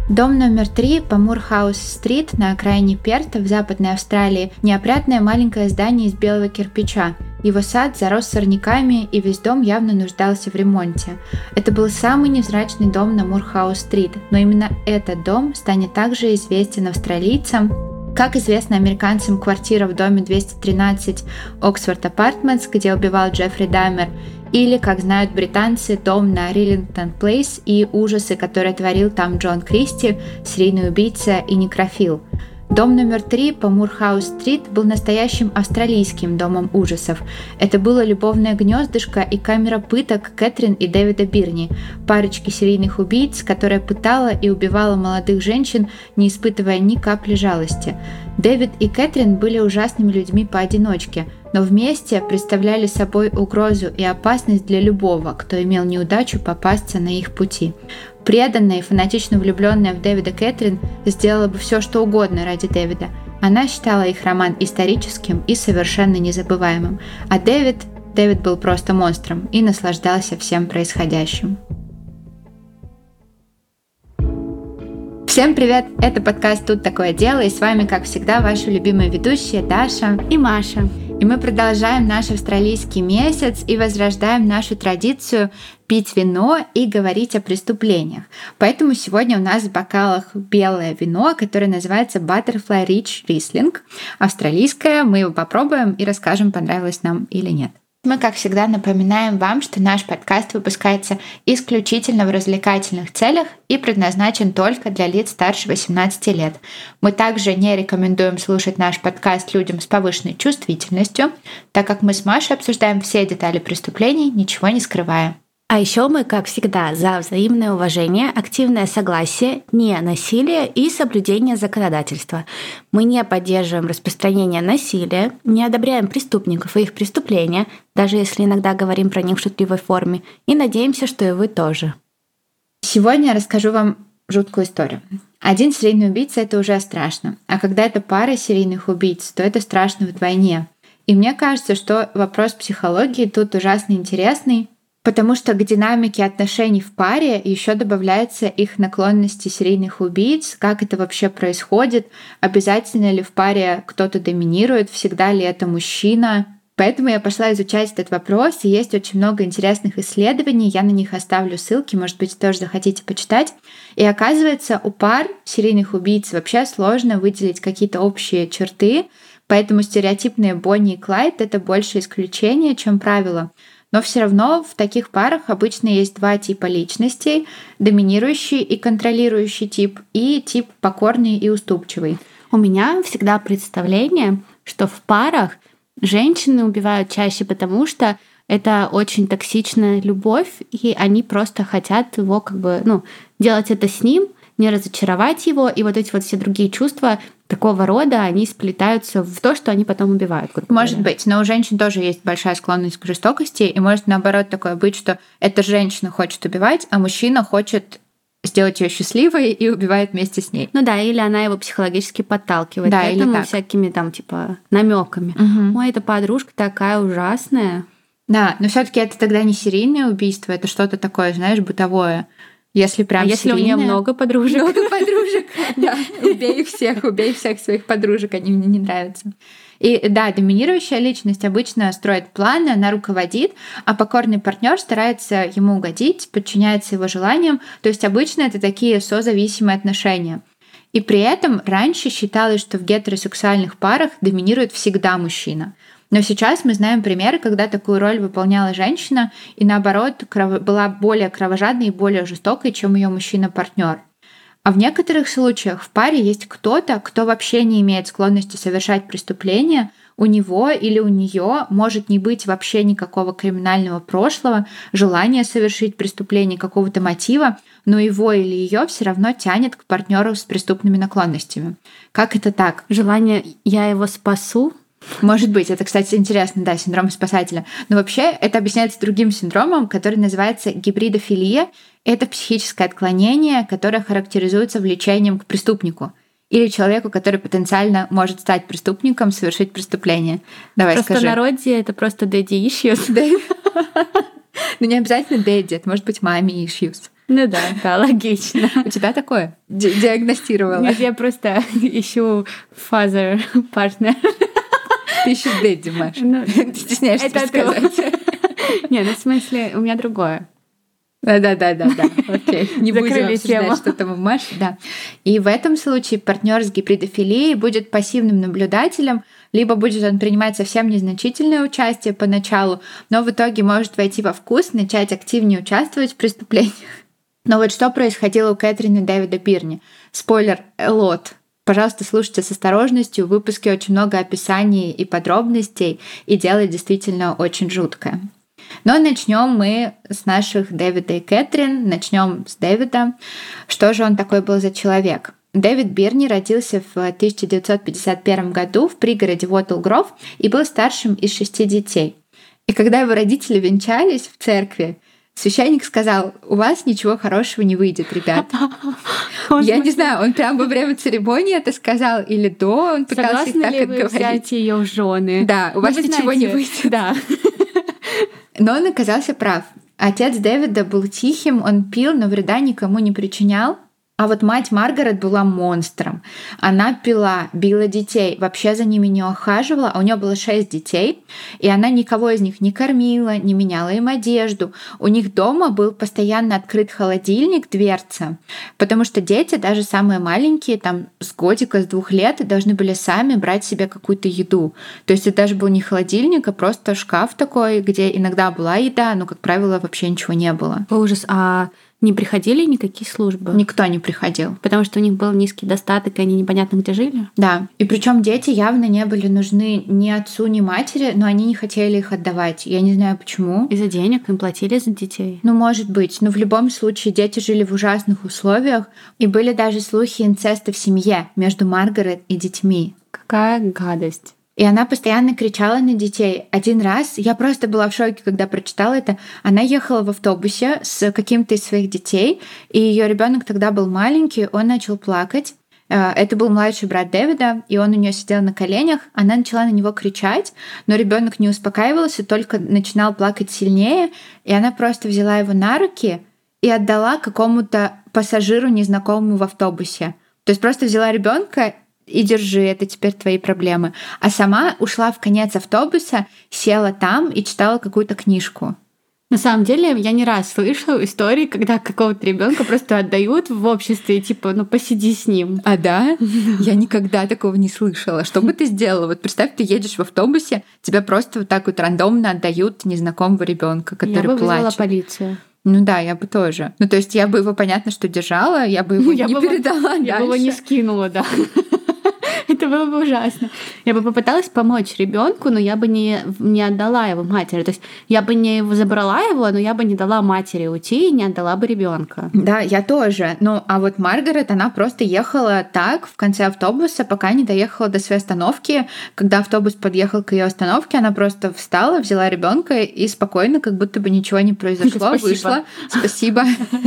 Дом номер 3 по Мурхаус-стрит на окраине Перта в Западной Австралии – неопрятное маленькое здание из белого кирпича. Его сад зарос сорняками, и весь дом явно нуждался в ремонте. Это был самый невзрачный дом на Мурхаус-стрит, но именно этот дом станет также известен австралийцам. Как известно американцам, квартира в доме 213 Оксфорд Апартментс, где убивал Джеффри Даммер, или, как знают британцы, дом на Риллингтон Плейс и ужасы, которые творил там Джон Кристи, серийный убийца и некрофил. Дом номер 3 по Мурхаус-стрит был настоящим австралийским домом ужасов. Это было любовное гнездышко и камера пыток Кэтрин и Дэвида Бирни, парочки серийных убийц, которая пытала и убивала молодых женщин, не испытывая ни капли жалости. Дэвид и Кэтрин были ужасными людьми поодиночке, но вместе представляли собой угрозу и опасность для любого, кто имел неудачу попасться на их пути. Преданная и фанатично влюбленная в Дэвида Кэтрин сделала бы все, что угодно ради Дэвида. Она считала их роман историческим и совершенно незабываемым, а Дэвид был просто монстром и наслаждался всем происходящим. Всем привет! Это подкаст «Тут такое дело», и с вами, как всегда, ваши любимые ведущие Даша и Маша. И мы продолжаем наш австралийский месяц и возрождаем нашу традицию пить вино и говорить о преступлениях. Поэтому сегодня у нас в бокалах белое вино, которое называется Butterfly Ridge Riesling. Австралийское. Мы его попробуем и расскажем, понравилось нам или нет. Мы, как всегда, напоминаем вам, что наш подкаст выпускается исключительно в развлекательных целях и предназначен только для лиц старше 18 лет. Мы также не рекомендуем слушать наш подкаст людям с повышенной чувствительностью, так как мы с Машей обсуждаем все детали преступлений, ничего не скрывая. А еще мы, как всегда, за взаимное уважение, активное согласие, не насилие и соблюдение законодательства. Мы не поддерживаем распространение насилия, не одобряем преступников и их преступления, даже если иногда говорим про них в шутливой форме, и надеемся, что и вы тоже. Сегодня я расскажу вам жуткую историю. Один серийный убийца — это уже страшно, а когда это пара серийных убийц, то это страшно вдвойне. И мне кажется, что вопрос психологии тут ужасно интересный, потому что к динамике отношений в паре еще добавляются их наклонности серийных убийц, как это вообще происходит, обязательно ли в паре кто-то доминирует, всегда ли это мужчина. Поэтому я пошла изучать этот вопрос, и есть очень много интересных исследований, я на них оставлю ссылки, может быть, тоже захотите почитать. И оказывается, у пар серийных убийц вообще сложно выделить какие-то общие черты, поэтому стереотипные Бонни и Клайд — это больше исключение, чем правило. Но все равно в таких парах обычно есть два типа личностей: доминирующий и контролирующий тип, и тип покорный и уступчивый. У меня всегда представление, что в парах женщины убивают чаще, потому что это очень токсичная любовь, и они просто хотят его делать это с ним, не разочаровать его, и вот эти вот все другие чувства такого рода, они сплетаются в то, что они потом убивают. Может быть, но у женщин тоже есть большая склонность к жестокости, и может наоборот такое быть, что эта женщина хочет убивать, а мужчина хочет сделать ее счастливой и убивает вместе с ней. Ну да, или она его психологически подталкивает, да, поэтому всякими намеками. Угу. Ой, эта подружка такая ужасная. Да, но все-таки это тогда не серийное убийство, это что-то такое, знаешь, бытовое. Если прям если у нее много подружек? Много подружек, да. Убей всех своих подружек, они мне не нравятся. И да, доминирующая личность обычно строит планы, она руководит, а покорный партнер старается ему угодить, подчиняется его желаниям. То есть обычно это такие созависимые отношения. И при этом раньше считалось, что в гетеросексуальных парах доминирует всегда мужчина. Но сейчас мы знаем примеры, когда такую роль выполняла женщина и, наоборот, была более кровожадной и более жестокой, чем ее мужчина-партнер. А в некоторых случаях в паре есть кто-то, кто вообще не имеет склонности совершать преступления, у него или у нее может не быть вообще никакого криминального прошлого, желания совершить преступление, какого-то мотива, но его или ее все равно тянет к партнеру с преступными наклонностями. Как это так? Желание «я его спасу»? Может быть, это, кстати, интересно, да, синдром спасателя. Но вообще это объясняется другим синдромом, который называется гибридофилия. Это психическое отклонение, которое характеризуется влечением к преступнику или человеку, который потенциально может стать преступником, совершить преступление. Давай, скажи. В простонародье это просто daddy issues. Ну не обязательно daddy, это может быть mommy issues. Ну да, логично. У тебя такое? Диагностировала? Нет, я просто ищу father partner. Ты ищешь дэдди, Маш. Ты стесняешься сказать. Не, ну в смысле, у меня другое. Да, окей. Не будем обсуждать, что там у Маши, да. И в этом случае партнер с гибридофилией будет пассивным наблюдателем, либо будет он принимать совсем незначительное участие поначалу, но в итоге может войти во вкус, начать активнее участвовать в преступлениях. Но вот что происходило у Кэтрин и Дэвида Бирни? Спойлер, lot. Пожалуйста, слушайте с осторожностью. В выпуске очень много описаний и подробностей, и дело действительно очень жуткое. Но начнем мы с наших Дэвида и Кэтрин. Начнем с Дэвида. Что же он такой был за человек? Дэвид Бирни родился в 1951 году в пригороде Уотл-Гров и был старшим из 6 детей. И когда его родители венчались в церкви, священник сказал: у вас ничего хорошего не выйдет, ребят. Я не знаю, он прямо во время церемонии это сказал или до, он пытался их так отговорить. Взять ее в жены? Да, у вас ничего не выйдет. Да. Но он оказался прав. Отец Дэвида был тихим, он пил, но вреда никому не причинял. А вот мать Маргарет была монстром. Она пила, била детей, вообще за ними не ухаживала, а у нее было 6 детей, и она никого из них не кормила, не меняла им одежду. У них дома был постоянно открыт холодильник, дверца, потому что дети, даже самые маленькие, там с годика, с 2 лет, должны были сами брать себе какую-то еду. То есть это даже был не холодильник, а просто шкаф такой, где иногда была еда, но, как правило, вообще ничего не было. Ужас. А не приходили никакие службы? Никто не приходил. Потому что у них был низкий достаток, и они непонятно где жили? Да. И причем дети явно не были нужны ни отцу, ни матери, но они не хотели их отдавать. Я не знаю почему. Из-за денег им платили за детей? Ну, может быть. Но в любом случае дети жили в ужасных условиях. И были даже слухи инцеста в семье между Маргарет и детьми. Какая гадость. И она постоянно кричала на детей. Один раз, я просто была в шоке, когда прочитала это, она ехала в автобусе с каким-то из своих детей, и ее ребенок тогда был маленький, он начал плакать. Это был младший брат Дэвида, и он у нее сидел на коленях. Она начала на него кричать, но ребенок не успокаивался, только начинал плакать сильнее, и она просто взяла его на руки и отдала какому-то пассажиру незнакомому в автобусе. То есть просто взяла ребенка и держи, это теперь твои проблемы. А сама ушла в конец автобуса, села там и читала какую-то книжку. На самом деле, я не раз слышала истории, когда какого-то ребенка просто отдают в обществе, и типа, ну посиди с ним. А да? Я никогда такого не слышала. Что бы ты сделала? Вот представь, ты едешь в автобусе, тебя просто вот так вот рандомно отдают незнакомого ребенка, который плачет. Я бы вызвала полицию. Ну да, я бы тоже. Ну то есть я бы его, понятно, что держала, я бы его не передала дальше. Я бы его не скинула, да. Это было бы ужасно. Я бы попыталась помочь ребенку, но я бы не отдала его матери. То есть я бы не забрала его, но я бы не дала матери уйти и не отдала бы ребенка. Да, я тоже. Ну, а вот Маргарет, она просто ехала так в конце автобуса, пока не доехала до своей остановки. Когда автобус подъехал к ее остановке, она просто встала, взяла ребенка и спокойно, как будто бы ничего не произошло, вышла. Спасибо.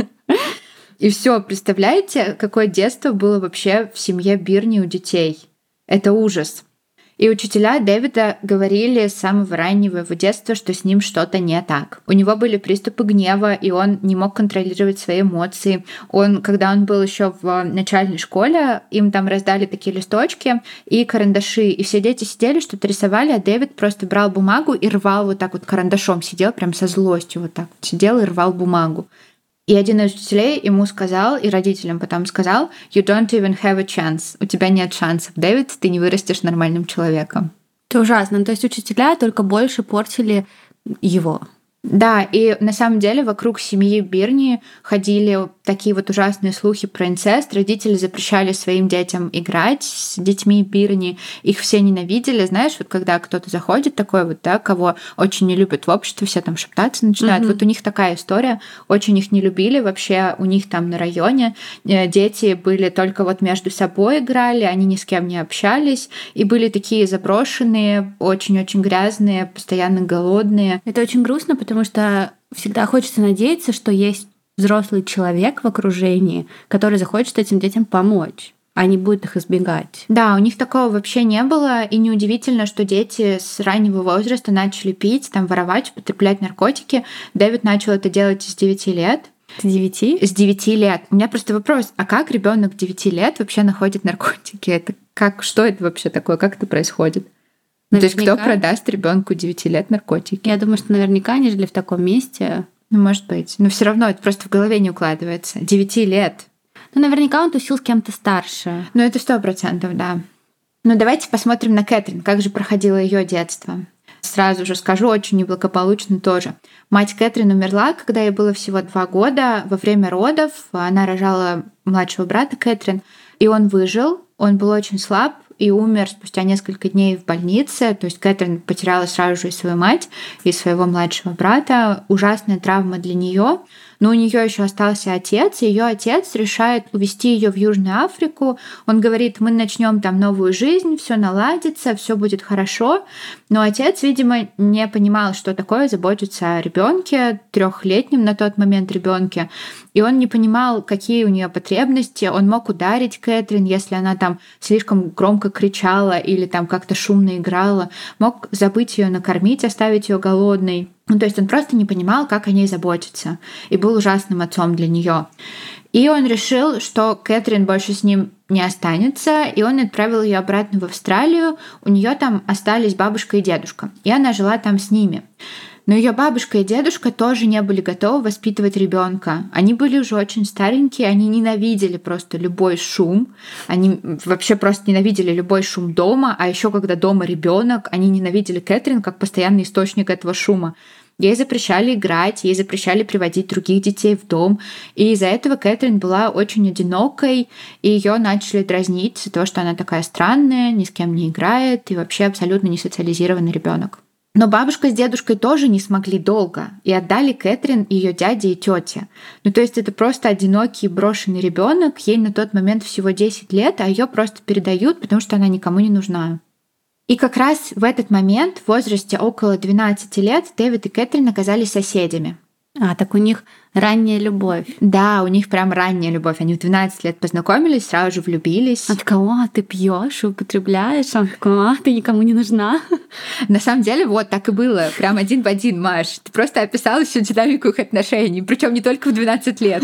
И все, представляете, какое детство было вообще в семье Бирни у детей? Это ужас. И учителя Дэвида говорили с самого раннего его детства, что с ним что-то не так. У него были приступы гнева, и он не мог контролировать свои эмоции. Когда он был еще в начальной школе, им там раздали такие листочки и карандаши, и все дети сидели, что-то рисовали, а Дэвид просто брал бумагу и рвал вот так вот карандашом, сидел прям со злостью вот так вот, сидел и рвал бумагу. И один из учителей ему сказал, и родителям потом сказал: «You don't even have a chance». У тебя нет шансов, Дэвид, ты не вырастешь нормальным человеком. Это ужасно. То есть учителя только больше портили его. Да, и на самом деле вокруг семьи Бирни ходили такие вот ужасные слухи про инцест. Родители запрещали своим детям играть с детьми Бирни. Их все ненавидели. Знаешь, вот когда кто-то заходит такой вот, да, кого очень не любят в обществе, все там шептаться начинают. Вот у них такая история. Очень их не любили. Вообще у них там на районе дети были только вот между собой играли, они ни с кем не общались. И были такие заброшенные, очень-очень грязные, постоянно голодные. Это очень грустно, потому что всегда хочется надеяться, что есть взрослый человек в окружении, который захочет этим детям помочь, а не будет их избегать. Да, у них такого вообще не было, и неудивительно, что дети с раннего возраста начали пить, там, воровать, употреблять наркотики. Дэвид начал это делать с 9 лет. С 9? С 9 лет. У меня просто вопрос, а как ребенок 9 лет вообще находит наркотики? Это что это вообще такое? Как это происходит? Ну, то есть кто продаст ребенку 9 лет наркотики? Я думаю, что наверняка они жили в таком месте. Ну, может быть. Но все равно это просто в голове не укладывается. 9 лет. Ну, наверняка он тусил с кем-то старше. Ну, это 100%, да. Ну, давайте посмотрим на Кэтрин, как же проходило ее детство. Сразу же скажу, очень неблагополучно тоже. Мать Кэтрин умерла, когда ей было всего 2 года. Во время родов она рожала младшего брата Кэтрин, и он выжил. Он был очень слаб и умер спустя несколько дней в больнице. То есть Кэтрин потеряла сразу же и свою мать, и своего младшего брата. Ужасная травма для нее. Но у нее еще остался отец, и ее отец решает увезти ее в Южную Африку. Он говорит, мы начнем там новую жизнь, все наладится, все будет хорошо. Но отец, видимо, не понимал, что такое заботиться о ребенке, 3-летнем на тот момент ребенке. И он не понимал, какие у нее потребности. Он мог ударить Кэтрин, если она там слишком громко кричала или там как-то шумно играла. Мог забыть ее накормить, оставить ее голодной. Ну, то есть он просто не понимал, как о ней заботиться. И был ужасным отцом для нее. И он решил, что Кэтрин больше с ним не останется, и он отправил ее обратно в Австралию. У нее там остались бабушка и дедушка, и она жила там с ними. Но ее бабушка и дедушка тоже не были готовы воспитывать ребенка. Они были уже очень старенькие, они ненавидели просто любой шум. Они вообще просто ненавидели любой шум дома, а еще когда дома ребенок, они ненавидели Кэтрин как постоянный источник этого шума. Ей запрещали играть, ей запрещали приводить других детей в дом. И из-за этого Кэтрин была очень одинокой, и ее начали дразнить за то, что она такая странная, ни с кем не играет и вообще абсолютно не социализированный ребенок. Но бабушка с дедушкой тоже не смогли долго и отдали Кэтрин ее дяде и тете. Ну, то есть это просто одинокий брошенный ребенок, ей на тот момент всего 10 лет, а ее просто передают, потому что она никому не нужна. И как раз в этот момент, в возрасте около 12 лет, Дэвид и Кэтрин оказались соседями. А, так у них ранняя любовь. Да, у них прям ранняя любовь. Они в 12 лет познакомились, сразу же влюбились. Она такая, ты пьешь, употребляешь? Она такая, ты никому не нужна. На самом деле, вот так и было. Прям один в один, Маш. Ты просто описала всю динамику их отношений. Причем не только в 12 лет.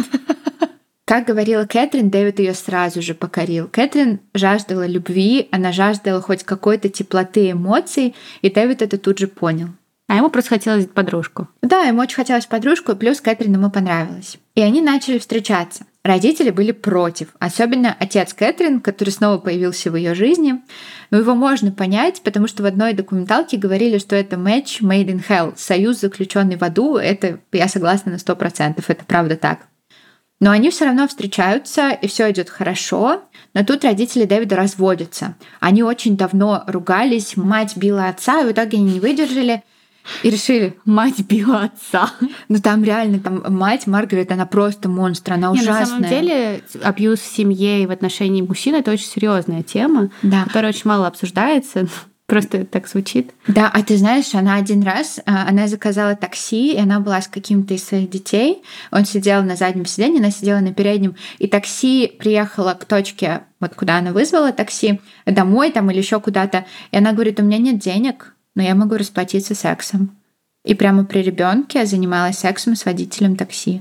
Как говорила Кэтрин, Дэвид ее сразу же покорил. Кэтрин жаждала любви, она жаждала хоть какой-то теплоты эмоций, и Дэвид это тут же понял. А ему просто хотелось подружку. Да, ему очень хотелось подружку, и плюс Кэтрин ему понравилась. И они начали встречаться. Родители были против, особенно отец Кэтрин, который снова появился в ее жизни. Но его можно понять, потому что в одной документалке говорили, что это match made in hell, союз, заключенный в аду. Это я согласна на 100%, это правда так. Но они все равно встречаются, и все идет хорошо. Но тут родители Дэвида разводятся. Они очень давно ругались, мать била отца, и в итоге они не выдержали и решили... Мать била отца. Ну там реально, мать Маргарет, она просто монстр, она ужасная. На самом деле, абьюз в семье и в отношении мужчин — это очень серьезная тема, которая очень мало обсуждается. Просто так звучит. Да, а ты знаешь, она один раз, она заказала такси, и она была с каким-то из своих детей. Он сидел на заднем сиденье, она сидела на переднем. И такси приехало к точке, вот куда она вызвала такси, домой там или еще куда-то. И она говорит, у меня нет денег, но я могу расплатиться сексом. И прямо при ребенке занималась сексом с водителем такси.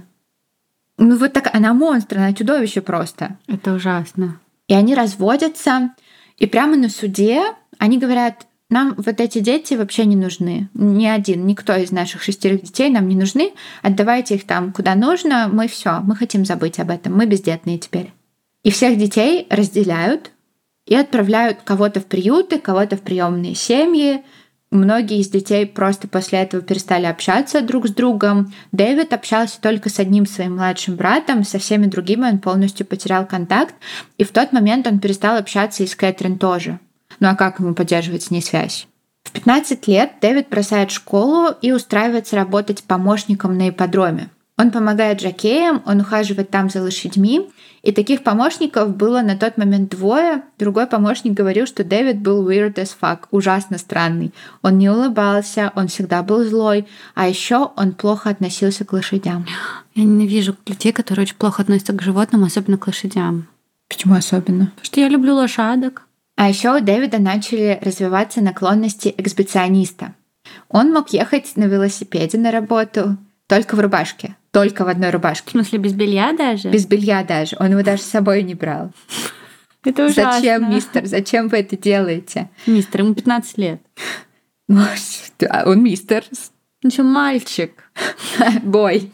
Ну вот так, она монстр, она чудовище просто. Это ужасно. И они разводятся, и прямо на суде они говорят, нам вот эти дети вообще не нужны. Ни один, никто из наших 6 детей нам не нужны. Отдавайте их там, куда нужно. Мы все, мы хотим забыть об этом. Мы бездетные теперь. И всех детей разделяют и отправляют кого-то в приюты, кого-то в приемные семьи. Многие из детей просто после этого перестали общаться друг с другом. Дэвид общался только с одним своим младшим братом, со всеми другими он полностью потерял контакт. И в тот момент он перестал общаться и с Кэтрин тоже. Ну а как ему поддерживать с ней связь? В 15 лет Дэвид бросает школу и устраивается работать помощником на ипподроме. Он помогает жокеям, он ухаживает там за лошадьми. И таких помощников было на тот момент 2. Другой помощник говорил, что Дэвид был weird as fuck, ужасно странный. Он не улыбался, он всегда был злой, а еще он плохо относился к лошадям. Я ненавижу людей, которые очень плохо относятся к животным, особенно к лошадям. Почему особенно? Потому что я люблю лошадок. А еще у Дэвида начали развиваться наклонности эксбициониста. Он мог ехать на велосипеде на работу, Только в рубашке. Только в одной рубашке. В смысле, без белья даже? Без белья даже. Он его даже с собой не брал. Это ужасно. Зачем, мистер? Зачем вы это делаете? Мистер, ему 15 лет. Он мистер. Он ещё мальчик. Бой.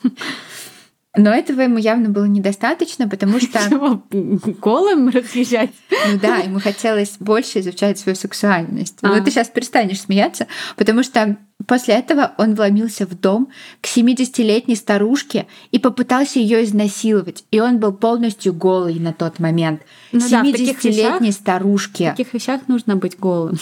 Но этого ему явно было недостаточно, потому что... Чего? Голым разъезжать? Ну да, ему хотелось больше изучать свою сексуальность. Но ты сейчас перестанешь смеяться, потому что после этого он вломился в дом к 70-летней старушке и попытался ее изнасиловать. И он был полностью голый на тот момент. Ну да, 70-летней старушке. В таких вещах нужно быть голым.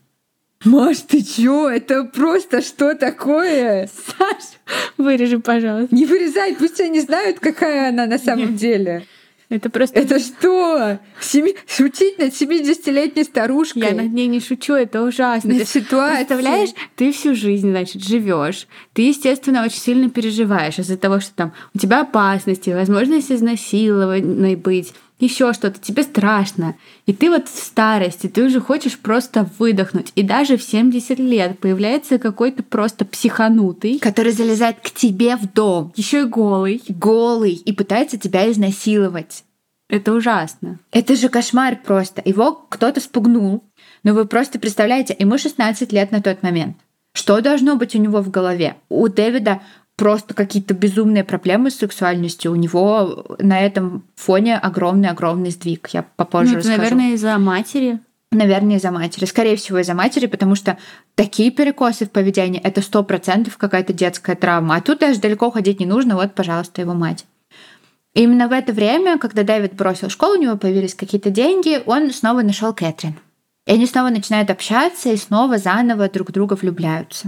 Маш, ты чё? Это просто что такое? Саш, вырежи, пожалуйста. Не вырезай, пусть они знают, какая она на самом деле. Это просто... Это что? Шутить над 70-летней старушкой? Я над ней не шучу, это ужасно. Это ситуация. Представляешь, ты всю жизнь, значит, живешь. Ты, естественно, очень сильно переживаешь из-за того, что там у тебя опасности, возможность изнасилованной быть, еще что-то, тебе страшно. И ты вот в старости, ты уже хочешь просто выдохнуть. И даже в 70 лет появляется какой-то просто психанутый, который залезает к тебе в дом. еще и голый. Голый. И пытается тебя изнасиловать. Это ужасно. Это же кошмар просто. Его кто-то спугнул. Но вы просто представляете, ему 16 лет на тот момент. Что должно быть у него в голове? У Дэвида просто какие-то безумные проблемы с сексуальностью. У него на этом фоне огромный-огромный сдвиг. Я попозже расскажу. Наверное, из-за матери. Наверное, из-за матери. Скорее всего, из-за матери, потому что такие перекосы в поведении — это 100% какая-то детская травма. А тут даже далеко ходить не нужно. Вот, пожалуйста, его мать. И именно в это время, когда Дэвид бросил школу, у него появились какие-то деньги, он снова нашел Кэтрин. И они снова начинают общаться и снова заново друг в друга влюбляются.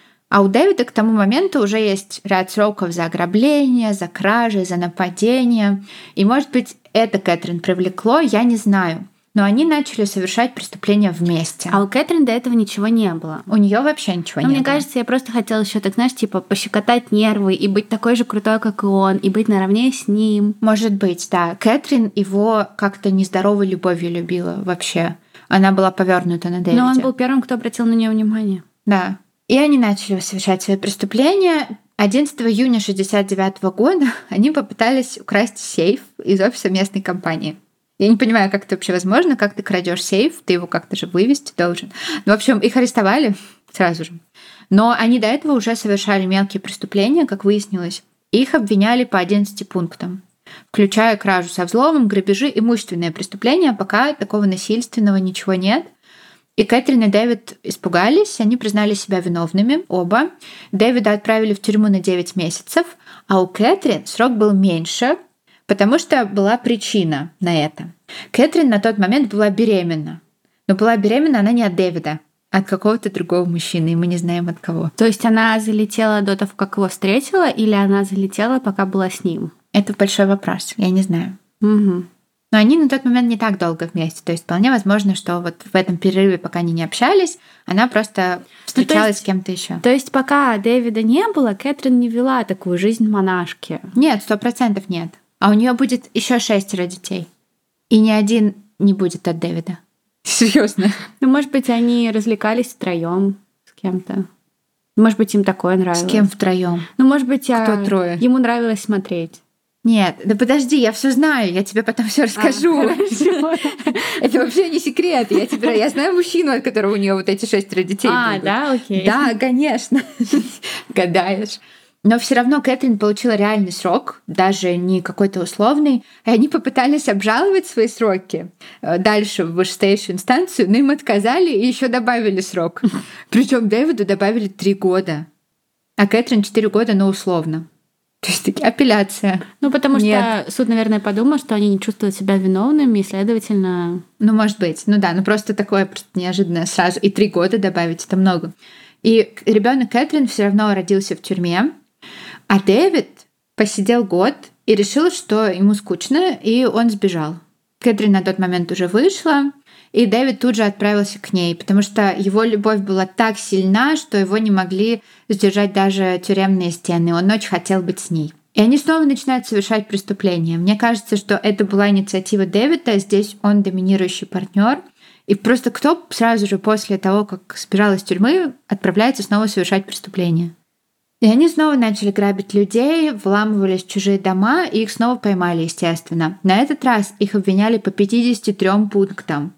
А у Дэвида к тому моменту уже есть ряд сроков за ограбление, за кражи, за нападение. И, может быть, это Кэтрин привлекло, я не знаю. Но они начали совершать преступления вместе. А у Кэтрин до этого ничего не было. У нее вообще ничего не было. Мне кажется, я просто хотела еще, так знаешь, типа пощекотать нервы и быть такой же крутой, как и он, и быть наравне с ним. Может быть, да. Кэтрин его как-то нездоровой любовью любила вообще. Она была повернута на Дэвиде. Но он был первым, кто обратил на нее внимание. Да. И они начали совершать свои преступления. 11 июня 1969 года они попытались украсть сейф из офиса местной компании. Я не понимаю, как это вообще возможно, как ты крадешь сейф, ты его как-то же вывести должен. Ну, в общем, их арестовали сразу же. Но они до этого уже совершали мелкие преступления, как выяснилось. Их обвиняли по 11 пунктам, включая кражу со взломом, грабежи, имущественные преступления. Пока такого насильственного ничего нет. И Кэтрин и Дэвид испугались, они признали себя виновными, оба. Дэвида отправили в тюрьму на 9 месяцев, а у Кэтрин срок был меньше, потому что была причина на это. Кэтрин на тот момент была беременна. Но была беременна она не от Дэвида, а от какого-то другого мужчины, и мы не знаем от кого. То есть она залетела до того, как его встретила, или она залетела, пока была с ним? Это большой вопрос, я не знаю. Угу. Но они на тот момент не так долго вместе. То есть вполне возможно, что вот в этом перерыве, пока они не общались, она просто встречалась с кем-то еще. То есть пока Дэвида не было, Кэтрин не вела такую жизнь монашки? Нет, 100% нет. А у нее будет еще 6 детей. И ни один не будет от Дэвида. Серьезно? Ну, может быть, они развлекались втроем с кем-то. Может быть, им такое нравилось. С кем втроем? Ну, может быть, кто трое? Ему нравилось смотреть. Нет, да подожди, я все знаю, я тебе потом все расскажу. Это вообще не секрет. Я знаю мужчину, от которого у нее вот эти 6 детей. Да, окей. Да, конечно. Гадаешь. Но все равно Кэтрин получила реальный срок, даже не какой-то условный. И они попытались обжаловать свои сроки дальше в вышестоящую инстанцию, но им отказали и еще добавили срок. Причем Дэвиду добавили 3 года, а Кэтрин 4 года, но условно. То есть таки апелляция. Ну, потому что суд, наверное, подумал, что они не чувствуют себя виновными, и, следовательно... Ну, может быть. Ну да, просто такое просто неожиданное сразу. И 3 года добавить — это много. И ребенок Кэтрин все равно родился в тюрьме, а Дэвид посидел год и решил, что ему скучно, и он сбежал. Кэтрин на тот момент уже вышла, и Дэвид тут же отправился к ней, потому что его любовь была так сильна, что его не могли сдержать даже тюремные стены. Он очень хотел быть с ней. И они снова начинают совершать преступления. Мне кажется, что это была инициатива Дэвида, здесь он доминирующий партнер. И просто кто сразу же после того, как сбежал из тюрьмы, отправляется снова совершать преступления? И они снова начали грабить людей, вламывались в чужие дома, и их снова поймали, естественно. На этот раз их обвиняли по 53 пунктам.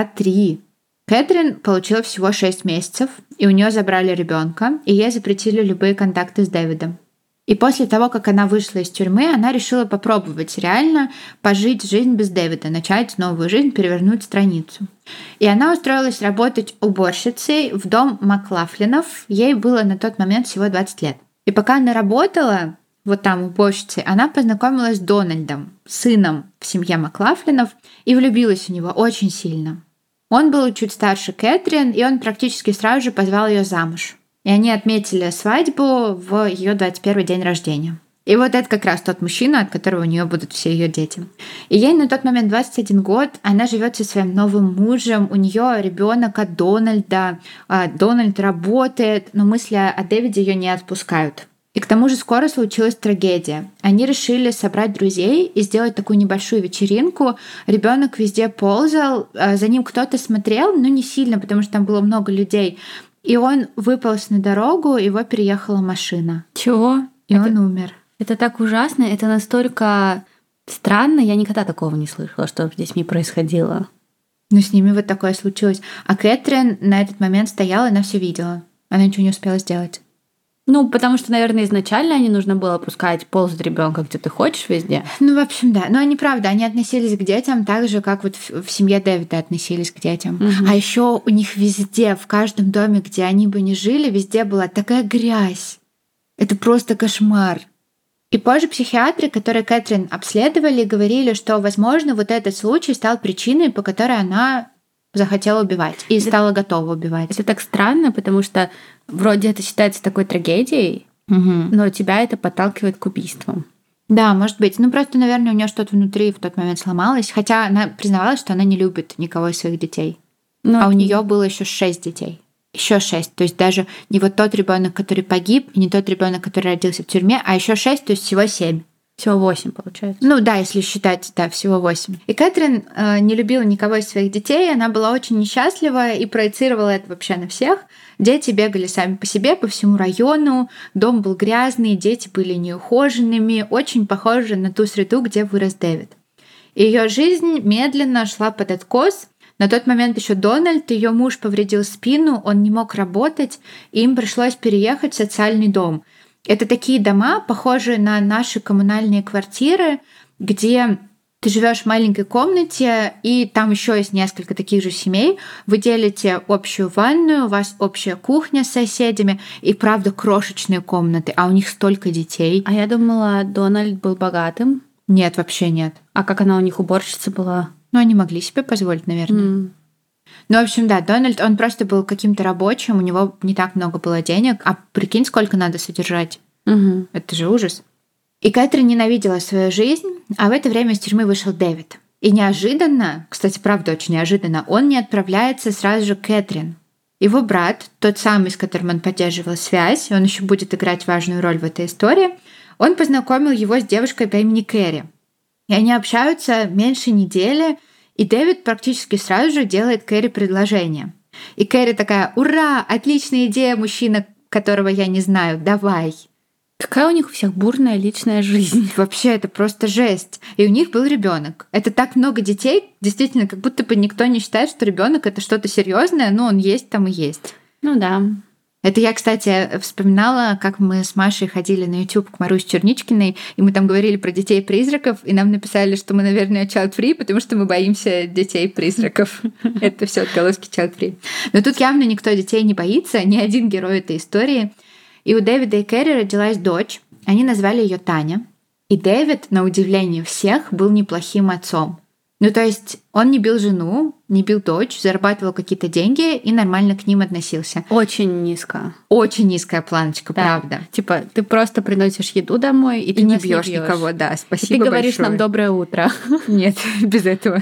53. Кэтрин получила всего 6 месяцев, и у нее забрали ребенка, и ей запретили любые контакты с Дэвидом. И после того, как она вышла из тюрьмы, она решила попробовать реально пожить жизнь без Дэвида, начать новую жизнь, перевернуть страницу. И она устроилась работать уборщицей в дом Маклафлинов. Ей было на тот момент всего 20 лет. И пока она работала вот там уборщицей, она познакомилась с Дональдом, сыном в семье Маклафлинов, и влюбилась в него очень сильно. Он был чуть старше Кэтрин, и он практически сразу же позвал ее замуж. И они отметили свадьбу в ее 21-й день рождения. И вот это как раз тот мужчина, от которого у нее будут все ее дети. И ей на тот момент 21 год, она живет со своим новым мужем, у нее ребенок от Дональда, Дональд работает, но мысли о Дэвиде ее не отпускают. И к тому же скоро случилась трагедия. Они решили собрать друзей и сделать такую небольшую вечеринку. Ребенок везде ползал, за ним кто-то смотрел, но не сильно, потому что там было много людей. И он выполз на дорогу, его переехала машина. Чего? И он умер. Это так ужасно, это настолько странно. Я никогда такого не слышала, что с детьми происходило. Но с ними вот такое случилось. А Кэтрин на этот момент стояла, она все видела. Она ничего не успела сделать. Ну, потому что, наверное, изначально не нужно было пускать ползать ребенка, где ты хочешь, везде. Ну, в общем, да. Но они, правда, они относились к детям так же, как вот в семье Дэвида относились к детям. Угу. А еще у них везде, в каждом доме, где они бы ни жили, везде была такая грязь. Это просто кошмар. И позже психиатры, которые Кэтрин обследовали, говорили, что, возможно, вот этот случай стал причиной, по которой она захотела убивать и стала готова убивать. Это так странно, потому что вроде это считается такой трагедией, но тебя это подталкивает к убийствам. Да, может быть. Ну, просто, наверное, у нее что-то внутри в тот момент сломалось. Хотя она признавалась, что она не любит никого из своих детей. Ну, у нее было еще 6 детей. Еще 6. То есть даже не вот тот ребенок, который погиб, и не тот ребенок, который родился в тюрьме, а еще 6, то есть всего 7. Всего 8, получается. Ну да, если считать, да, всего 8. И Кэтрин не любила никого из своих детей, она была очень несчастлива и проецировала это вообще на всех. Дети бегали сами по себе, по всему району, дом был грязный, дети были неухоженными, очень похожи на ту среду, где вырос Дэвид. И ее жизнь медленно шла под откос. На тот момент еще Дональд, ее муж, повредил спину, он не мог работать, и им пришлось переехать в социальный дом. Это такие дома, похожие на наши коммунальные квартиры, где ты живешь в маленькой комнате, и там еще есть несколько таких же семей. Вы делите общую ванную, у вас общая кухня с соседями, и правда крошечные комнаты, а у них столько детей. А я думала, Дональд был богатым. Нет, вообще нет. А как она у них уборщица была? Ну, они могли себе позволить, наверное. Ну, в общем, да, Дональд, он просто был каким-то рабочим, у него не так много было денег, а прикинь, сколько надо содержать. Это же ужас. И Кэтрин ненавидела свою жизнь, а в это время из тюрьмы вышел Дэвид. И неожиданно, кстати, правда, очень неожиданно, он не отправляется сразу же к Кэтрин. Его брат, тот самый, с которым он поддерживал связь, он еще будет играть важную роль в этой истории, он познакомил его с девушкой по имени Кэрри. И они общаются меньше недели, и Дэвид практически сразу же делает Кэрри предложение. И Кэрри такая: «Ура! Отличная идея, мужчина, которого я не знаю, давай!» Какая у них у всех бурная личная жизнь. Вообще, это просто жесть. И у них был ребенок. Это так много детей, действительно, как будто бы никто не считает, что ребенок это что-то серьезное, но он есть там и есть. Ну да. Это я, кстати, вспоминала, как мы с Машей ходили на YouTube к Марусе Черничкиной, и мы там говорили про детей-призраков, и нам написали, что мы, наверное, child-free, потому что мы боимся детей-призраков. Это все отголоски child-free. Но тут явно никто детей не боится, ни один герой этой истории. И у Дэвида и Кэрри родилась дочь. Они назвали ее Таня. И Дэвид, на удивление всех, был неплохим отцом. Ну, то есть он не бил жену, не бил дочь, зарабатывал какие-то деньги и нормально к ним относился. Очень низко. Очень низкая планочка, да. Правда. Типа, ты просто приносишь еду домой, и ты не бьешь никого, да. Спасибо и ты говоришь большое. нам доброе утро. Нет, без этого.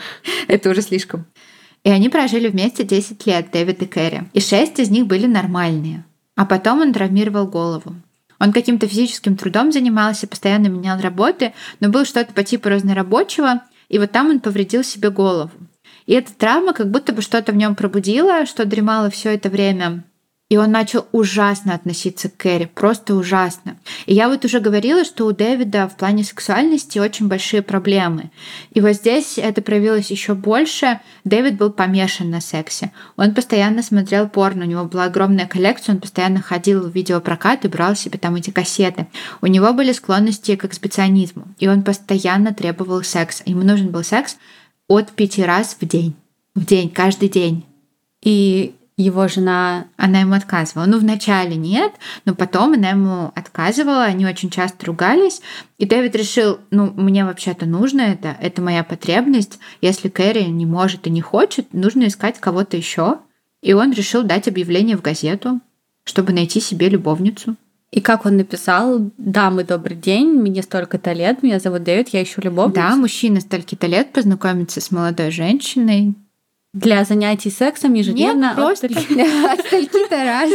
Это уже слишком. И они прожили вместе 10 лет, Дэвид и Кэрри. И 6 из них были нормальные. А потом он травмировал голову. Он каким-то физическим трудом занимался, постоянно менял работы, но был что-то по типу разнорабочего, и вот там он повредил себе голову. И эта травма как будто бы что-то в нем пробудила, что дремало все это время. И он начал ужасно относиться к Кэрри, просто ужасно. И я вот уже говорила, что у Дэвида в плане сексуальности очень большие проблемы. И вот здесь это проявилось еще больше. Дэвид был помешан на сексе. Он постоянно смотрел порно, у него была огромная коллекция, он постоянно ходил в видеопрокат и брал себе там эти кассеты. У него были склонности к эксбиционизму, и он постоянно требовал секса. Ему нужен был секс от 5 раз в день. В день, каждый день. И его жена... Она ему отказывала. Ну, вначале нет, но потом она ему отказывала, они очень часто ругались. И Дэвид решил, ну, мне вообще-то нужно это моя потребность. Если Кэрри не может и не хочет, нужно искать кого-то еще. И он решил дать объявление в газету, чтобы найти себе любовницу. И как он написал: «Дамы, добрый день, мне столько-то лет, меня зовут Дэвид, я ищу любовницу». Да, мужчина столько-то лет познакомится с молодой женщиной. Для занятий сексом ежедневно? Нет, просто от стольки-то раз.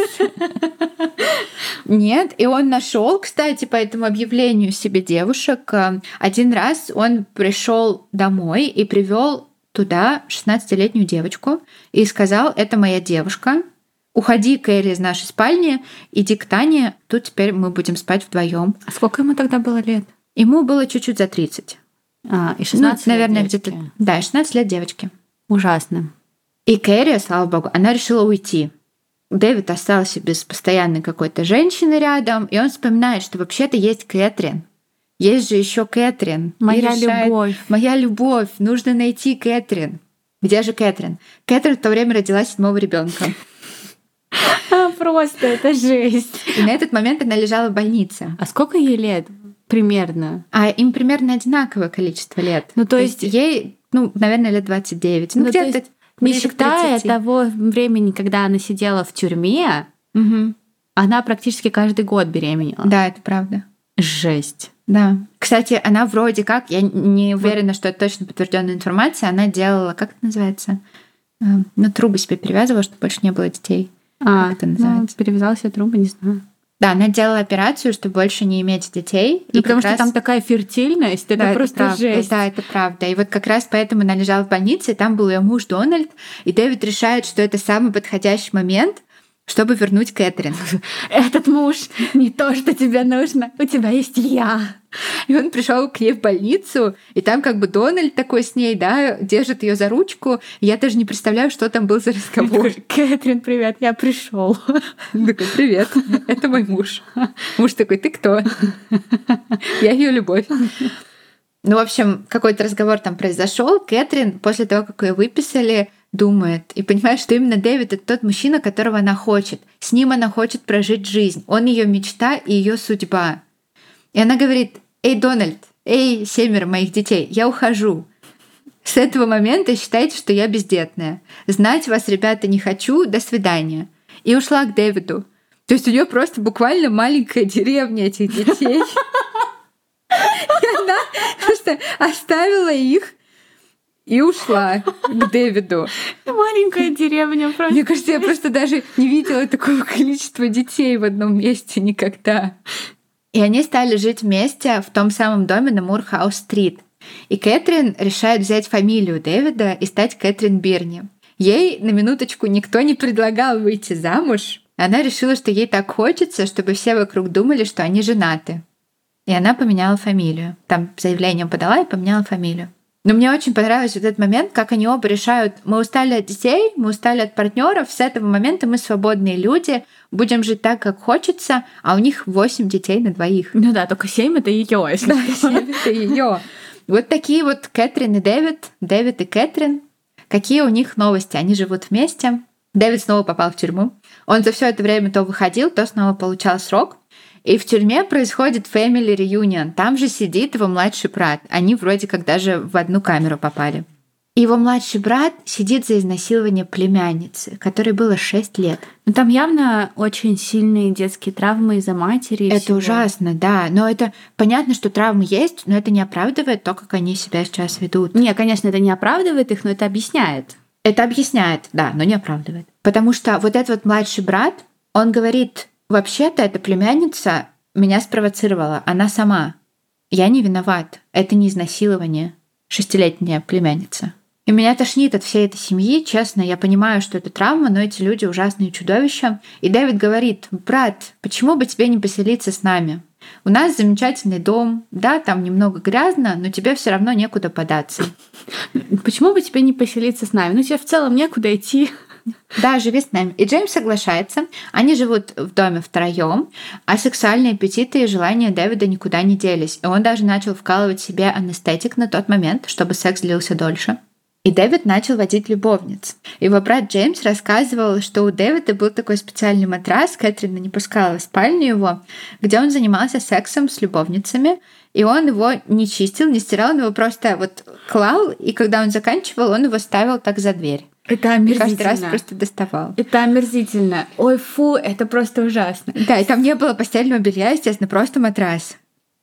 Нет, и он нашел, кстати, по этому объявлению себе девушек. Один раз он пришел домой и привел туда 16-летнюю девочку и сказал: «Это моя девушка. Уходи, Кэрри, из нашей спальни, иди к Тане, тут теперь мы будем спать вдвоем». А сколько ему тогда было лет? Ему было чуть-чуть за 30. И 16 ну, наверное, лет девочки. где-то... Да, 16 лет девочки. Ужасно. И Кэрри, слава богу, она решила уйти. Дэвид остался без постоянной какой-то женщины рядом, и он вспоминает, что вообще-то есть Кэтрин. Есть же еще Кэтрин. Моя любовь. Моя любовь. Нужно найти Кэтрин. Где же Кэтрин? Кэтрин в то время родила 7-го ребенка. Просто это жесть. И на этот момент она лежала в больнице. А сколько ей лет примерно? А им примерно одинаковое количество лет. Ну, то есть ей, наверное, лет 29. Ну, где-то не считая того времени, когда она сидела в тюрьме, она практически каждый год беременела. Да, это правда. Жесть. Да. Кстати, она вроде как, я не уверена, что это точно подтвержденная информация, она делала, как это называется? Трубы себе перевязывала, чтобы больше не было детей. Как это называется? Перевязала себе трубы, не знаю. Да, она делала операцию, чтобы больше не иметь детей. И потому что там такая фертильность, это просто жесть. Да, это правда. И вот как раз поэтому она лежала в больнице, и там был ее муж Дональд, и Дэвид решает, что это самый подходящий момент, чтобы вернуть Кэтрин. Этот муж не то, что тебе нужно, у тебя есть я. И он пришел к ней в больницу, и там как бы Дональд такой с ней, да, держит ее за ручку. И я даже не представляю, что там был за разговор. Кэтрин, привет, я пришел. Такой: привет, это мой муж. Муж такой: ты кто? Я ее любовь. В общем, какой-то разговор там произошел. Кэтрин, после того, как ее выписали, думает и понимает, что именно Дэвид — это тот мужчина, которого она хочет. С ним она хочет прожить жизнь. Он ее мечта и ее судьба. И она говорит: «Эй, Дональд, эй, 7 моих детей, я ухожу. С этого момента считайте, что я бездетная. Знать вас, ребята, не хочу. До свидания». И ушла к Дэвиду. То есть у нее просто буквально маленькая деревня этих детей. И она просто оставила их и ушла к Дэвиду. Маленькая деревня просто. Мне кажется, я просто даже не видела такого количества детей в одном месте никогда. И они стали жить вместе в том самом доме на Мурхаус-стрит. И Кэтрин решает взять фамилию Дэвида и стать Кэтрин Бирни. Ей, на минуточку, никто не предлагал выйти замуж. Она решила, что ей так хочется, чтобы все вокруг думали, что они женаты. И она поменяла фамилию. Там заявление подала и поменяла фамилию. Но мне очень понравился вот этот момент, как они оба решают: мы устали от детей, мы устали от партнеров, с этого момента мы свободные люди, будем жить так, как хочется, а у них 8 детей на двоих. Ну да, только 7 — это ее, если да, 7 — это ее. Вот такие вот Кэтрин и Дэвид, Дэвид и Кэтрин. Какие у них новости? Они живут вместе. Дэвид снова попал в тюрьму. Он за все это время то выходил, то снова получал срок. И в тюрьме происходит family reunion. Там же сидит его младший брат. Они вроде как даже в одну камеру попали. И его младший брат сидит за изнасилование племянницы, которой было 6 лет. Ну там явно очень сильные детские травмы из-за матери. Это всего. Ужасно, да. Но это понятно, что травмы есть, но это не оправдывает то, как они себя сейчас ведут. Не, конечно, это не оправдывает их, но это объясняет. Это объясняет, да, но не оправдывает. Потому что вот этот вот младший брат, он говорит: вообще-то эта племянница меня спровоцировала, она сама. Я не виноват. Это не изнасилование. 6-летняя племянница. И меня тошнит от всей этой семьи, честно. Я понимаю, что это травма, но эти люди ужасные чудовища. И Дэвид говорит: брат, почему бы тебе не поселиться с нами? У нас замечательный дом, да, там немного грязно, но тебе все равно некуда податься. Почему бы тебе не поселиться с нами? Ну, тебе в целом некуда идти. Да, живи с нами. И Джеймс соглашается. Они живут в доме втроем, а сексуальные аппетиты и желания Дэвида никуда не делись. И он даже начал вкалывать себе анестетик на тот момент, чтобы секс длился дольше. И Дэвид начал водить любовниц. Его брат Джеймс рассказывал, что у Дэвида был такой специальный матрас, Кэтрин не пускала в спальню его, где он занимался сексом с любовницами, и он его не чистил, не стирал, он его просто вот клал, и когда он заканчивал, он его ставил так за дверь. Это омерзительно. И каждый раз просто доставал. Это омерзительно. Ой, фу, это просто ужасно. Да, и там не было постельного белья, естественно, просто матрас.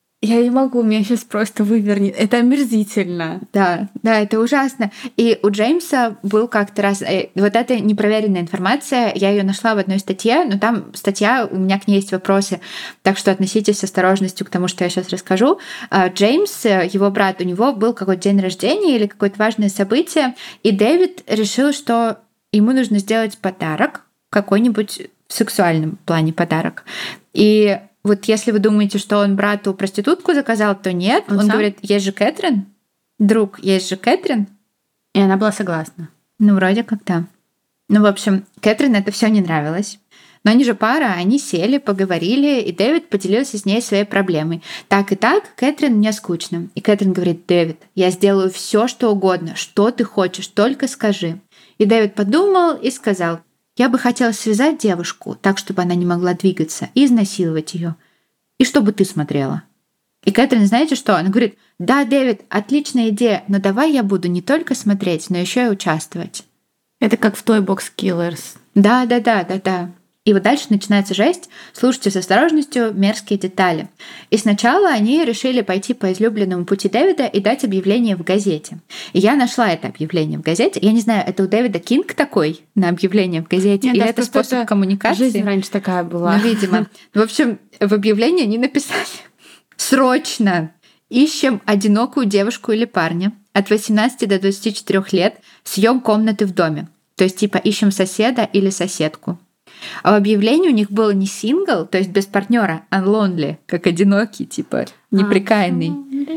Я не могу, меня сейчас просто вывернет. Это омерзительно. Да, это ужасно. И у Джеймса был как-то раз... Вот эта непроверенная информация, я ее нашла в одной статье, но там статья, у меня к ней есть вопросы, так что относитесь с осторожностью к тому, что я сейчас расскажу. Джеймс, его брат, у него был какой-то день рождения или какое-то важное событие, и Дэвид решил, что ему нужно сделать подарок, какой-нибудь в сексуальном плане подарок. И вот если вы думаете, что он брату проститутку заказал, то нет. Он говорит: есть же Кэтрин, друг, есть же Кэтрин. И она была согласна. Ну, вроде как да. Ну, в общем, Кэтрин это все не нравилось. Но они же пара, они сели, поговорили, и Дэвид поделился с ней своей проблемой. Так и так, Кэтрин, мне скучно. И Кэтрин говорит: Дэвид, я сделаю все, что угодно, что ты хочешь, только скажи. И Дэвид подумал и сказал: я бы хотела связать девушку так, чтобы она не могла двигаться, и изнасиловать ее. И чтобы ты смотрела. И Кэтрин, знаете что? Она говорит: да, Дэвид, отличная идея, но давай я буду не только смотреть, но еще и участвовать. Это как в Toy Box Killers. Да. И вот дальше начинается жесть. Слушайте с осторожностью мерзкие детали. И сначала они решили пойти по излюбленному пути Дэвида и дать объявление в газете. И я нашла это объявление в газете. Я не знаю, это у Дэвида Кинг такой на объявление в газете? Нет, или это способ коммуникации? Жизнь раньше такая была. Ну, видимо. В общем, в объявлении они написали: срочно ищем одинокую девушку или парня от 18 до 24 лет, съем комнаты в доме. То есть типа ищем соседа или соседку. А в объявлении у них было не сингл, то есть без партнера, а lonely, как одинокий, типа неприкаянный.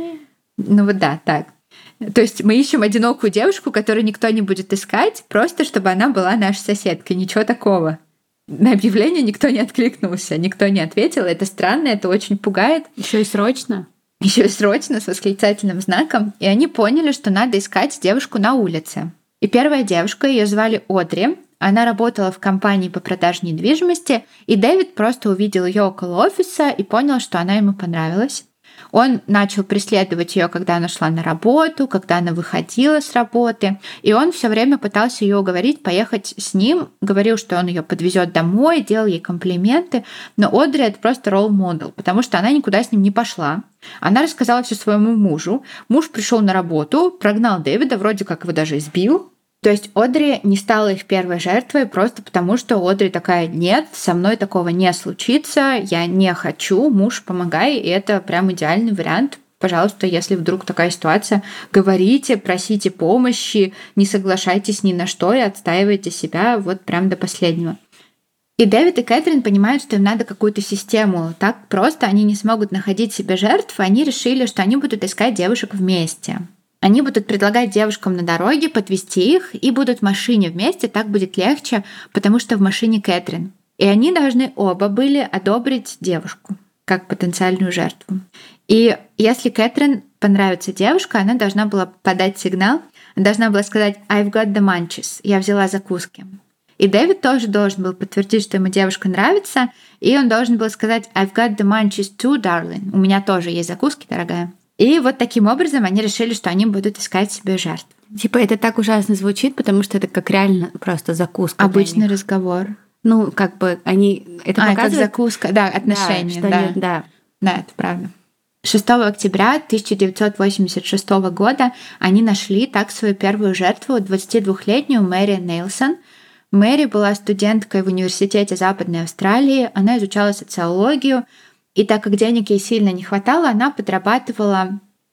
Ну вот да, так. То есть мы ищем одинокую девушку, которую никто не будет искать, просто чтобы она была нашей соседкой, ничего такого. На объявление никто не откликнулся, никто не ответил. Это странно, это очень пугает. Еще и срочно. Еще и срочно, с восклицательным знаком. И они поняли, что надо искать девушку на улице. И первая девушка, ее звали Одри. Она работала в компании по продаже недвижимости, и Дэвид просто увидел ее около офиса и понял, что она ему понравилась. Он начал преследовать ее, когда она шла на работу, когда она выходила с работы, и он все время пытался ее уговорить поехать с ним, говорил, что он ее подвезет домой, делал ей комплименты, но Одри — это просто ролл-модел, потому что она никуда с ним не пошла. Она рассказала все своему мужу. Муж пришел на работу, прогнал Дэвида, вроде как его даже избил. То есть Одри не стала их первой жертвой просто потому, что Одри такая: нет, со мной такого не случится, я не хочу, муж, помогай, и это прям идеальный вариант. Пожалуйста, если вдруг такая ситуация, говорите, просите помощи, не соглашайтесь ни на что и отстаивайте себя вот прям до последнего. И Дэвид и Кэтрин понимают, что им надо какую-то систему. Так просто они не смогут находить себе жертв, и они решили, что они будут искать девушек вместе. Они будут предлагать девушкам на дороге подвезти их и будут в машине вместе, так будет легче, потому что в машине Кэтрин. И они должны оба были одобрить девушку как потенциальную жертву. И если Кэтрин понравится девушка, она должна была подать сигнал, должна была сказать «I've got the munchies», «Я взяла закуски». И Дэвид тоже должен был подтвердить, что ему девушка нравится, и он должен был сказать «I've got the munchies too, darling», «У меня тоже есть закуски, дорогая». И вот таким образом они решили, что они будут искать себе жертв. Типа это так ужасно звучит, потому что это как реально просто закуска. Обычный разговор. Ну, как бы они... Это показывает... как закуска, да, отношения. Да, это правда. 6 октября 1986 года они нашли так свою первую жертву, 22-летнюю Мэри Нейлсон. Мэри была студенткой в университете Западной Австралии, она изучала социологию, и так как денег ей сильно не хватало, она подрабатывала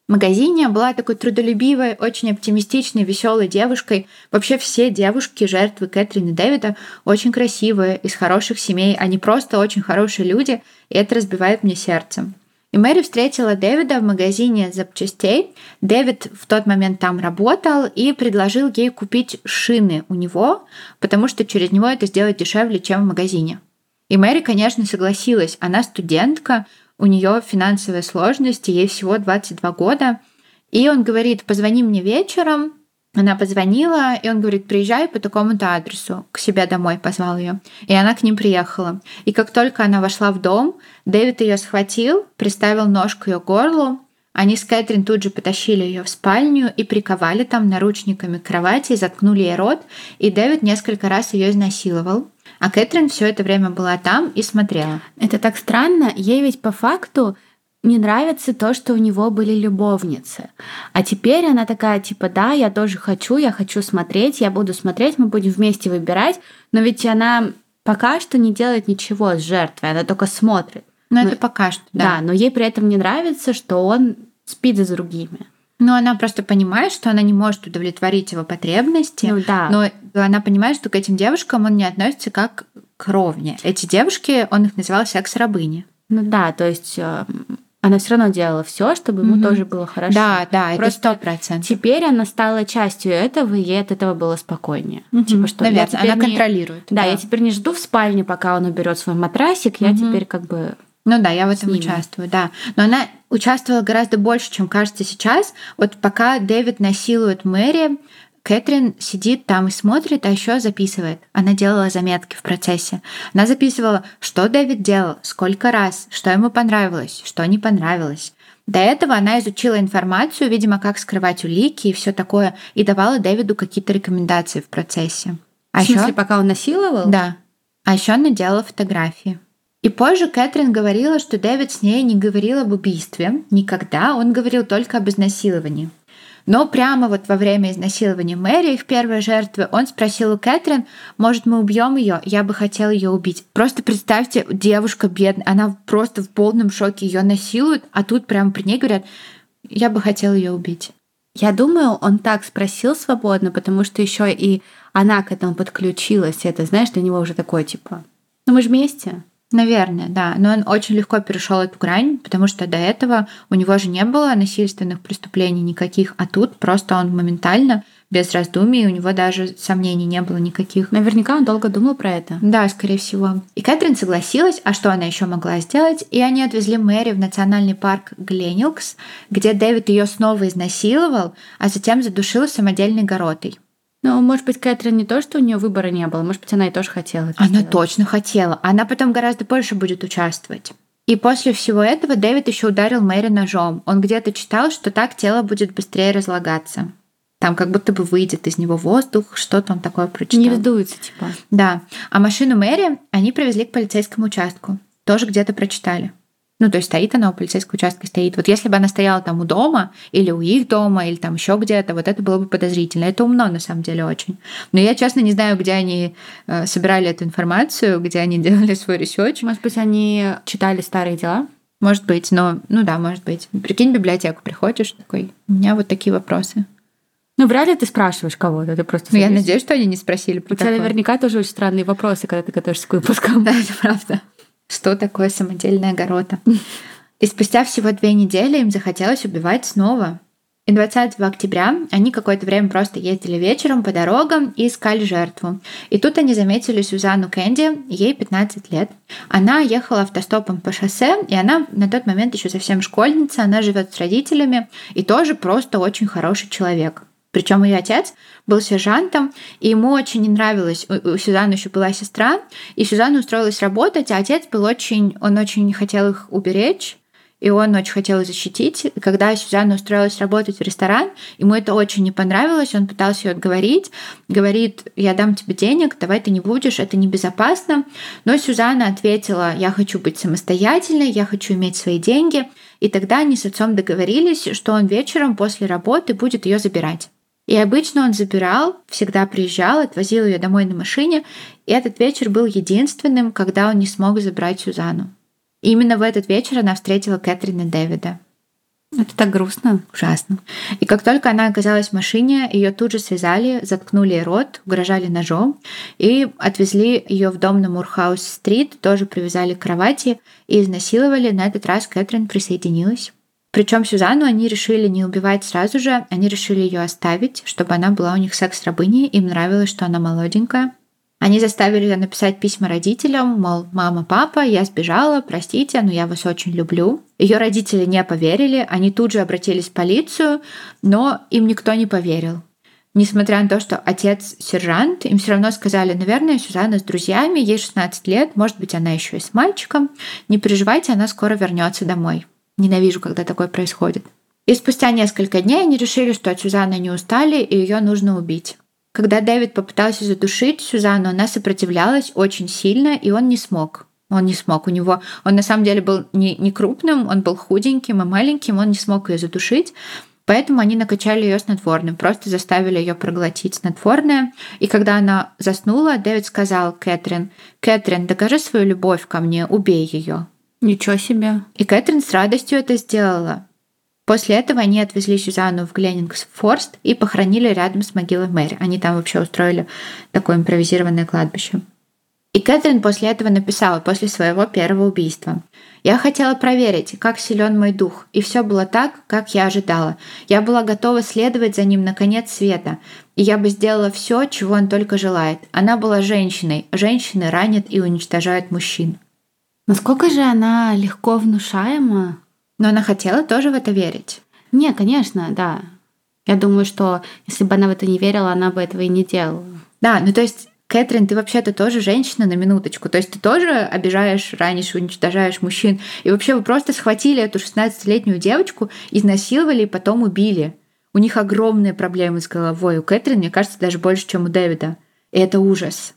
В магазине была такой трудолюбивой, очень оптимистичной, веселой девушкой. Вообще все девушки, жертвы Кэтрин и Дэвида, очень красивые, из хороших семей. Они просто очень хорошие люди, и это разбивает мне сердце. И Мэри встретила Дэвида в магазине запчастей. Дэвид в тот момент там работал и предложил ей купить шины у него, потому что через него это сделать дешевле, чем в магазине. И Мэри, конечно, согласилась. Она студентка, у нее финансовые сложности, ей всего 22 года. И он говорит: позвони мне вечером. Она позвонила, и он говорит: приезжай по такому-то адресу. К себе домой позвал ее. И она к ним приехала. И как только она вошла в дом, Дэвид ее схватил, приставил нож к ее горлу. Они с Кэтрин тут же потащили ее в спальню и приковали там наручниками к кровати, заткнули ей рот, и Дэвид несколько раз ее изнасиловал. А Кэтрин все это время была там и смотрела. Это так странно. Ей ведь по факту не нравится то, что у него были любовницы. А теперь она такая, типа, да, я тоже хочу, я хочу смотреть, я буду смотреть, мы будем вместе выбирать. Но ведь она пока что не делает ничего с жертвой, она только смотрит. Но это пока что, да. Да, но ей при этом не нравится, что он спит с другими. Но она просто понимает, что она не может удовлетворить его потребности. Ну, да. Но она понимает, что к этим девушкам он не относится как к ровне. Эти девушки, он их называл секс-рабыни. Ну да, то есть она все равно делала все, чтобы ему тоже было хорошо. Да, да, просто это 100%. Теперь она стала частью этого, и ей от этого было спокойнее. Типа, что наверное, она контролирует. Да, я теперь не жду в спальне, пока он уберет свой матрасик, я теперь как бы... Ну да, я в этом участвую, да. Но она участвовала гораздо больше, чем кажется сейчас. Вот пока Дэвид насилует Мэри, Кэтрин сидит там и смотрит, а еще записывает. Она делала заметки в процессе. Она записывала, что Дэвид делал, сколько раз, что ему понравилось, что не понравилось. До этого она изучила информацию, видимо, как скрывать улики и все такое, и давала Дэвиду какие-то рекомендации в процессе. В смысле, пока он насиловал? Да. А еще она делала фотографии. И позже Кэтрин говорила, что Дэвид с ней не говорил об убийстве никогда, он говорил только об изнасиловании. Но прямо вот во время изнасилования Мэри, их первой жертвы, он спросил у Кэтрин: может, мы убьем ее? Я бы хотел ее убить. Просто представьте, девушка бедная, она просто в полном шоке, ее насилуют, а тут прямо при ней говорят: я бы хотел ее убить. Я думаю, он так спросил свободно, потому что еще и она к этому подключилась. Это, знаешь, для него уже такое типа: ну мы же вместе. Наверное, да. Но он очень легко перешел эту грань, потому что до этого у него же не было насильственных преступлений никаких, а тут просто он моментально, без раздумий, у него даже сомнений не было никаких. Наверняка он долго думал про это. Да, скорее всего. И Кэтрин согласилась, а что она еще могла сделать? И они отвезли Мэри в национальный парк Гленилкс, где Дэвид ее снова изнасиловал, а затем задушил самодельной гарротой. Ну, может быть, Кэтрин не то, что у нее выбора не было, может быть, она и тоже хотела это Она сделать. точно хотела. Она потом гораздо больше будет участвовать. И после всего этого Дэвид еще ударил Мэри ножом. Он где-то читал, что так тело будет быстрее разлагаться. Там как будто бы выйдет из него воздух, что-то он такое прочитал. Не вздуется, типа. Да. А машину Мэри они привезли к полицейскому участку. Тоже где-то прочитали. Ну, то есть стоит она у полицейского участка, стоит. Вот если бы она стояла там у дома, или у их дома, или там еще где-то, вот это было бы подозрительно. Это умно, на самом деле, очень. Но я, честно, не знаю, где они собирали эту информацию, где они делали свой ресерч. Может быть, они читали старые дела? Может быть, но... Ну да, может быть. Прикинь, в библиотеку приходишь, такой: у меня вот такие вопросы. Ну, вряд ли ты спрашиваешь кого-то, ты просто... Ну, я надеюсь, что они не спросили. У тебя наверняка тоже очень странные вопросы, когда ты готовишься к выпускам. Да, это правда. Что такое самодельная гаррота? И спустя всего 2 недели им захотелось убивать снова. И 20 октября они какое-то время просто ездили вечером по дорогам и искали жертву. И тут они заметили Сюзанну Кэнди, ей 15 лет. Она ехала автостопом по шоссе, и она на тот момент еще совсем школьница, она живет с родителями и тоже просто очень хороший человек. Причем ее отец был сержантом, и ему очень не нравилось. У Сюзанны еще была сестра, и Сюзанна устроилась работать, а отец был он очень хотел их уберечь, и он очень хотел их защитить. И когда Сюзанна устроилась работать в ресторан, ему это очень не понравилось, он пытался ее отговорить, говорит: я дам тебе денег, давай ты не будешь, это небезопасно. Но Сюзанна ответила: я хочу быть самостоятельной, я хочу иметь свои деньги. И тогда они с отцом договорились, что он вечером после работы будет ее забирать. И обычно он забирал, всегда приезжал, отвозил ее домой на машине, и этот вечер был единственным, когда он не смог забрать Сюзанну. И именно в этот вечер она встретила Кэтрин и Дэвида. Это так грустно. Ужасно. И как только она оказалась в машине, ее тут же связали, заткнули ей рот, угрожали ножом и отвезли ее в дом на Мурхаус-стрит, тоже привязали к кровати и изнасиловали. На этот раз Кэтрин присоединилась. Причем Сюзанну они решили не убивать сразу же, они решили ее оставить, чтобы она была у них секс-рабыней, им нравилось, что она молоденькая. Они заставили ее написать письма родителям, мол, мама, папа, я сбежала, простите, но я вас очень люблю. Ее родители не поверили, они тут же обратились в полицию, но им никто не поверил. Несмотря на то, что отец сержант, им все равно сказали, наверное, Сюзанна с друзьями, ей 16 лет, может быть, она еще и с мальчиком. Не переживайте, она скоро вернется домой. Ненавижу, когда такое происходит. И спустя несколько дней они решили, что от Сюзанны они устали, и ее нужно убить. Когда Дэвид попытался задушить Сюзанну, она сопротивлялась очень сильно, и он не смог. Он на самом деле был не крупным, он был худеньким и маленьким, он не смог ее задушить, поэтому они накачали ее снотворным, просто заставили ее проглотить снотворное. И когда она заснула, Дэвид сказал Кэтрин, докажи свою любовь ко мне, убей ее. Ничего себе. И Кэтрин с радостью это сделала. После этого они отвезли Сюзанну в Гленнингс-Форст и похоронили рядом с могилой Мэри. Они там вообще устроили такое импровизированное кладбище. И Кэтрин после этого написала, после своего первого убийства: «Я хотела проверить, как силен мой дух, и все было так, как я ожидала. Я была готова следовать за ним на конец света, и я бы сделала все, чего он только желает. Она была женщиной. Женщины ранят и уничтожают мужчин». Насколько же она легко внушаема? Но она хотела тоже в это верить. Не, конечно, да. Я думаю, что если бы она в это не верила, она бы этого и не делала. Да, то есть, Кэтрин, ты вообще-то тоже женщина на минуточку. То есть ты тоже обижаешь, ранишь, уничтожаешь мужчин. И вообще вы просто схватили эту 16-летнюю девочку, изнасиловали и потом убили. У них огромные проблемы с головой. У Кэтрин, мне кажется, даже больше, чем у Дэвида. И это ужас.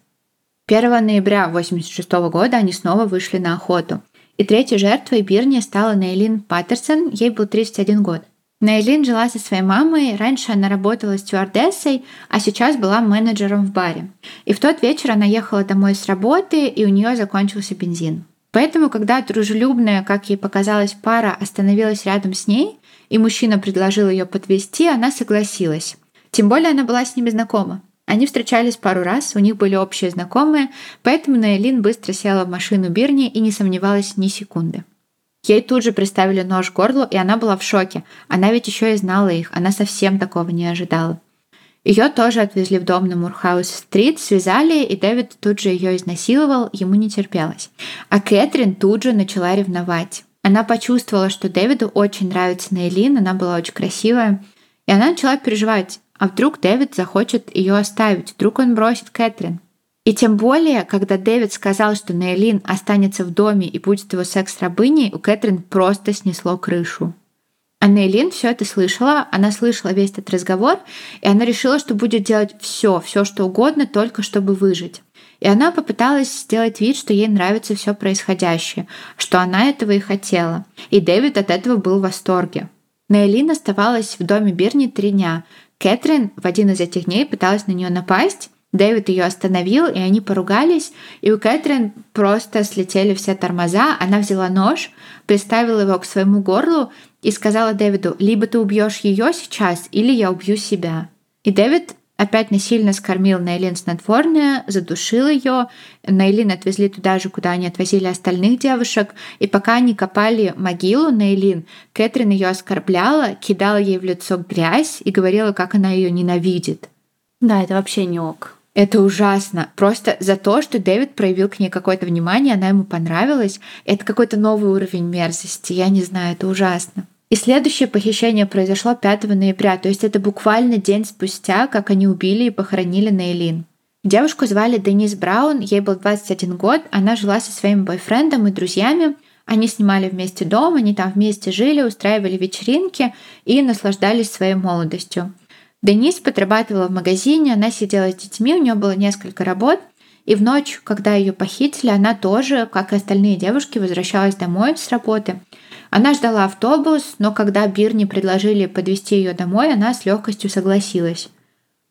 1 ноября 1986 года они снова вышли на охоту. И третьей жертвой Бирни стала Нейлин Паттерсон, ей был 31 год. Нейлин жила со своей мамой, раньше она работала стюардессой, а сейчас была менеджером в баре. И в тот вечер она ехала домой с работы, и у нее закончился бензин. Поэтому, когда дружелюбная, как ей показалось, пара остановилась рядом с ней, и мужчина предложил ее подвезти, она согласилась. Тем более она была с ними знакома. Они встречались пару раз, у них были общие знакомые, поэтому Нейлин быстро села в машину Бирни и не сомневалась ни секунды. Ей тут же приставили нож к горлу, и она была в шоке. Она ведь еще и знала их, она совсем такого не ожидала. Ее тоже отвезли в дом на Мурхаус-стрит, связали, и Дэвид тут же ее изнасиловал, ему не терпелось. А Кэтрин тут же начала ревновать. Она почувствовала, что Дэвиду очень нравится Нейлин, она была очень красивая, и она начала переживать. А вдруг Дэвид захочет ее оставить? Вдруг он бросит Кэтрин? И тем более, когда Дэвид сказал, что Нейлин останется в доме и будет его секс-рабыней, у Кэтрин просто снесло крышу. А Нейлин все это слышала, она слышала весь этот разговор, и она решила, что будет делать все что угодно, только чтобы выжить. И она попыталась сделать вид, что ей нравится все происходящее, что она этого и хотела. И Дэвид от этого был в восторге. Нейлин оставалась в доме Бирни 3 дня. Кэтрин в один из этих дней пыталась на нее напасть. Дэвид ее остановил, и они поругались. И у Кэтрин просто слетели все тормоза. Она взяла нож, приставила его к своему горлу и сказала Дэвиду: «Либо ты убьешь ее сейчас, или я убью себя». И Дэвид опять насильно скормил Нейлин снотворное, задушил ее. Нейлин отвезли туда же, куда они отвозили остальных девушек. И пока они копали могилу Нейлин, Кэтрин ее оскорбляла, кидала ей в лицо грязь и говорила, как она ее ненавидит. Да, это вообще не ок. Это ужасно. Просто за то, что Дэвид проявил к ней какое-то внимание, она ему понравилась. Это какой-то новый уровень мерзости. Я не знаю, это ужасно. И следующее похищение произошло 5 ноября, то есть это буквально день спустя, как они убили и похоронили Нейлин. Девушку звали Денис Браун, ей был 21 год, она жила со своим бойфрендом и друзьями. Они снимали вместе дом, они там вместе жили, устраивали вечеринки и наслаждались своей молодостью. Денис подрабатывала в магазине, она сидела с детьми, у нее было несколько работ, и в ночь, когда ее похитили, она тоже, как и остальные девушки, возвращалась домой с работы. Она ждала автобус, но когда Бирни предложили подвезти ее домой, она с легкостью согласилась.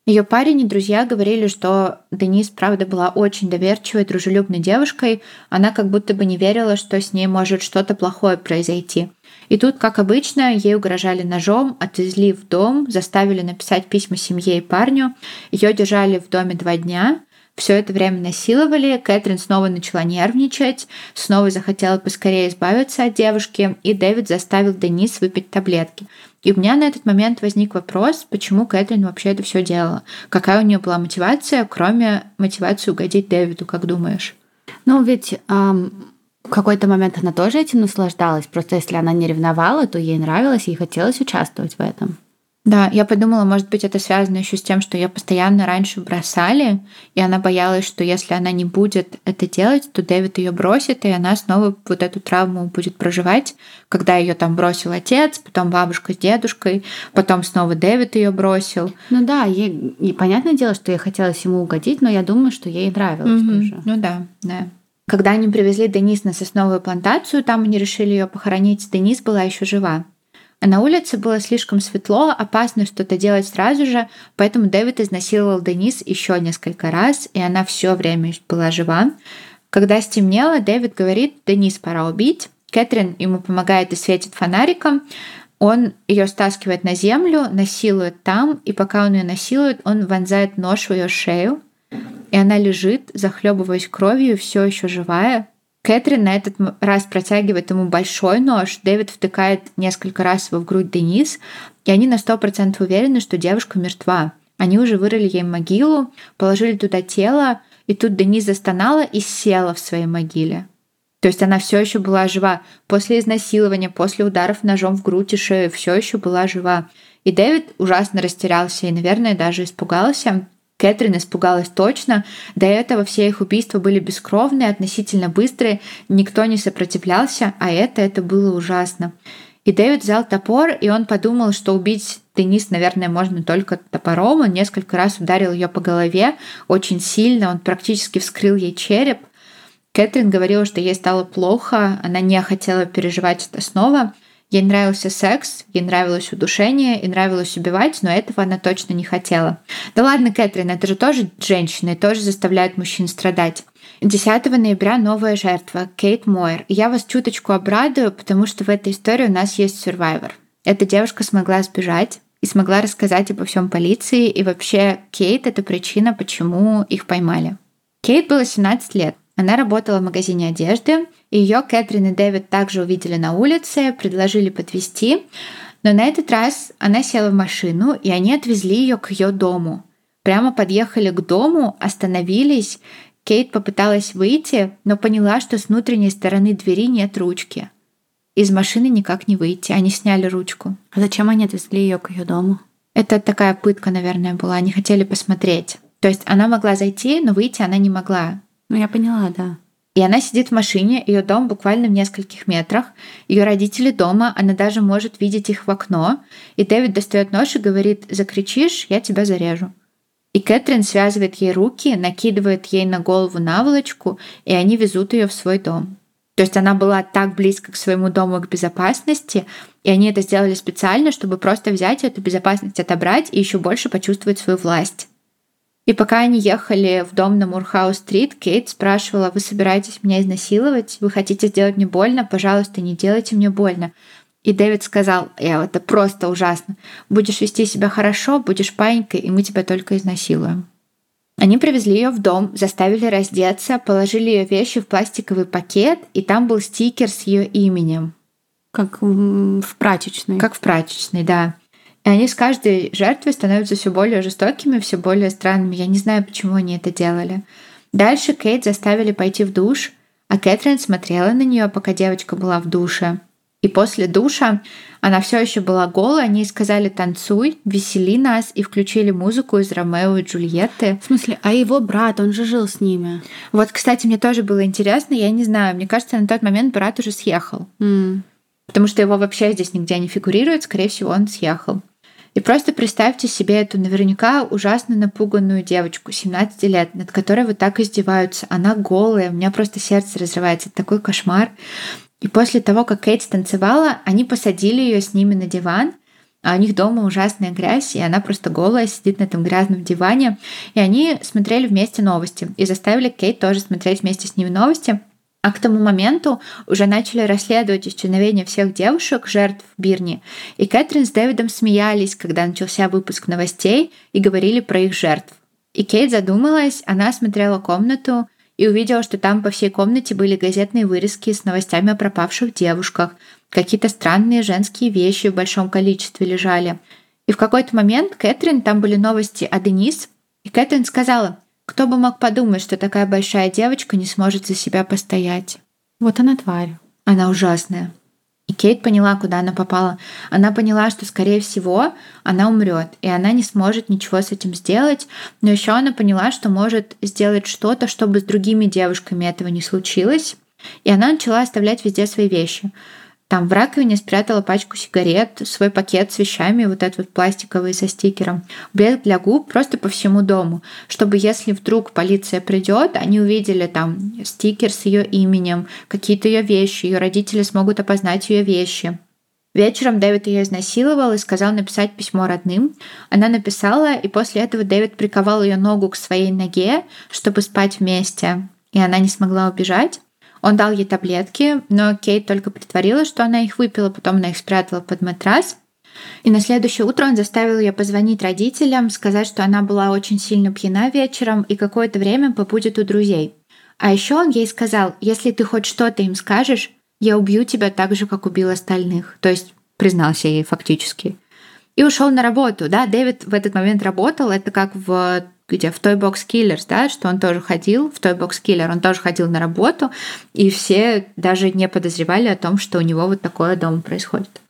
Ее парень и друзья говорили, что Денис, правда, была очень доверчивой, дружелюбной девушкой. Она как будто бы не верила, что с ней может что-то плохое произойти. И тут, как обычно, ей угрожали ножом, отвезли в дом, заставили написать письма семье и парню. Ее держали в доме 2 дня. Все это время насиловали. Кэтрин снова начала нервничать, снова захотела поскорее избавиться от девушки, и Дэвид заставил Денис выпить таблетки. И у меня на этот момент возник вопрос, почему Кэтрин вообще это все делала? Какая у нее была мотивация, кроме мотивации угодить Дэвиду, как думаешь? Ну, ведь в какой-то момент она тоже этим наслаждалась. Просто если она не ревновала, то ей нравилось, ей хотелось участвовать в этом. Да, я подумала, может быть, это связано еще с тем, что ее постоянно раньше бросали, и она боялась, что если она не будет это делать, то Дэвид ее бросит, и она снова вот эту травму будет проживать, когда ее там бросил отец, потом бабушка с дедушкой, потом снова Дэвид ее бросил. Ну да, ей и понятное дело, что ей хотелось ему угодить, но я думаю, что ей нравилось тоже. Ну да, да. Когда они привезли Денис на сосновую плантацию, там они решили ее похоронить, Денис была еще жива. А на улице было слишком светло, опасно что-то делать сразу же, поэтому Дэвид изнасиловал Денис еще несколько раз, и она все время была жива. Когда стемнело, Дэвид говорит: «Денис пора убить». Кэтрин ему помогает и светит фонариком. Он ее стаскивает на землю, насилует там, и пока он ее насилует, он вонзает нож в ее шею, и она лежит, захлебываясь кровью, все еще живая. Кэтрин на этот раз протягивает ему большой нож, Дэвид втыкает несколько раз его в грудь Денис, и они на 100% уверены, что девушка мертва. Они уже вырыли ей могилу, положили туда тело, и тут Денис застонала и села в своей могиле. То есть она все еще была жива. После изнасилования, после ударов ножом в грудь и шею все еще была жива. И Дэвид ужасно растерялся и, наверное, даже испугался. Кэтрин испугалась точно. До этого все их убийства были бескровные, относительно быстрые, никто не сопротивлялся, а это было ужасно. И Дэвид взял топор, и он подумал, что убить Денис, наверное, можно только топором. Он несколько раз ударил ее по голове, очень сильно, он практически вскрыл ей череп. Кэтрин говорила, что ей стало плохо, она не хотела переживать это снова. Ей нравился секс, ей нравилось удушение, и нравилось убивать, но этого она точно не хотела. Да ладно, Кэтрин, это же тоже женщина и тоже заставляет мужчин страдать. 10 ноября новая жертва, Кейт Мойер. И я вас чуточку обрадую, потому что в этой истории у нас есть survivor. Эта девушка смогла сбежать и смогла рассказать обо всем полиции, и вообще Кейт — это причина, почему их поймали. Кейт было 17 лет. Она работала в магазине одежды, и ее Кэтрин и Дэвид также увидели на улице, предложили подвезти, но на этот раз она села в машину, и они отвезли ее к ее дому. Прямо подъехали к дому, остановились. Кейт попыталась выйти, но поняла, что с внутренней стороны двери нет ручки. Из машины никак не выйти, они сняли ручку. А зачем они отвезли ее к ее дому? Это такая пытка, наверное, была, они хотели посмотреть. То есть она могла зайти, но выйти она не могла. Ну, я поняла, да. И она сидит в машине, ее дом буквально в нескольких метрах, ее родители дома, она даже может видеть их в окно, и Дэвид достает нож и говорит: «Закричишь, я тебя зарежу». И Кэтрин связывает ей руки, накидывает ей на голову наволочку, и они везут ее в свой дом. То есть она была так близко к своему дому, к безопасности, и они это сделали специально, чтобы просто взять эту безопасность, отобрать и еще больше почувствовать свою власть. И пока они ехали в дом на Мурхаус-стрит, Кейт спрашивала: «Вы собираетесь меня изнасиловать? Вы хотите сделать мне больно? Пожалуйста, не делайте мне больно». И Дэвид сказал: «Это просто ужасно. Будешь вести себя хорошо, будешь паинькой, и мы тебя только изнасилуем». Они привезли ее в дом, заставили раздеться, положили ее вещи в пластиковый пакет, и там был стикер с ее именем. Как в прачечной. Как в прачечной, да. И они с каждой жертвой становятся все более жестокими, все более странными. Я не знаю, почему они это делали. Дальше Кейт заставили пойти в душ, а Кэтрин смотрела на нее, пока девочка была в душе. И после душа она все еще была голая, они сказали: «Танцуй, весели нас», и включили музыку из «Ромео и Джульетты». В смысле, а его брат, он же жил с ними. Вот, кстати, мне тоже было интересно, я не знаю, мне кажется, на тот момент брат уже съехал. Потому что его вообще здесь нигде не фигурирует, скорее всего, он съехал. И просто представьте себе эту наверняка ужасно напуганную девочку 17 лет, над которой вот так издеваются. Она голая, у меня просто сердце разрывается. Это такой кошмар. И после того, как Кейт станцевала, они посадили ее с ними на диван, а у них дома ужасная грязь, и она просто голая, сидит на этом грязном диване. И они смотрели вместе новости и заставили Кейт тоже смотреть вместе с ними новости. А к тому моменту уже начали расследовать исчезновение всех девушек, жертв Бирни. И Кэтрин с Дэвидом смеялись, когда начался выпуск новостей, и говорили про их жертв. И Кейт задумалась, она осмотрела комнату и увидела, что там по всей комнате были газетные вырезки с новостями о пропавших девушках. Какие-то странные женские вещи в большом количестве лежали. И в какой-то момент Кэтрин, там были новости о Денис, и Кэтрин сказала: «Кто бы мог подумать, что такая большая девочка не сможет за себя постоять». Вот она тварь. Она ужасная. И Кейт поняла, куда она попала. Она поняла, что, скорее всего, она умрет, и она не сможет ничего с этим сделать. Но еще она поняла, что может сделать что-то, чтобы с другими девушками этого не случилось. И она начала оставлять везде свои вещи. Там в раковине спрятала пачку сигарет, свой пакет с вещами, вот этот вот пластиковый со стикером, блеск для губ просто по всему дому, чтобы если вдруг полиция придет, они увидели там стикер с ее именем, какие-то ее вещи, ее родители смогут опознать ее вещи. Вечером Дэвид ее изнасиловал и сказал написать письмо родным. Она написала, и после этого Дэвид приковал ее ногу к своей ноге, чтобы спать вместе, и она не смогла убежать. Он дал ей таблетки, но Кейт только притворилась, что она их выпила, потом она их спрятала под матрас. И на следующее утро он заставил ее позвонить родителям, сказать, что она была очень сильно пьяна вечером и какое-то время побудет у друзей. А еще он ей сказал: «Если ты хоть что-то им скажешь, я убью тебя так же, как убил остальных». То есть признался ей фактически. И ушел на работу. Да, Дэвид в этот момент работал. Это как в Toy Box Killers, да, что он тоже ходил, в Toy Box Killer он тоже ходил на работу, и все даже не подозревали о том, что у него вот такое дома происходит.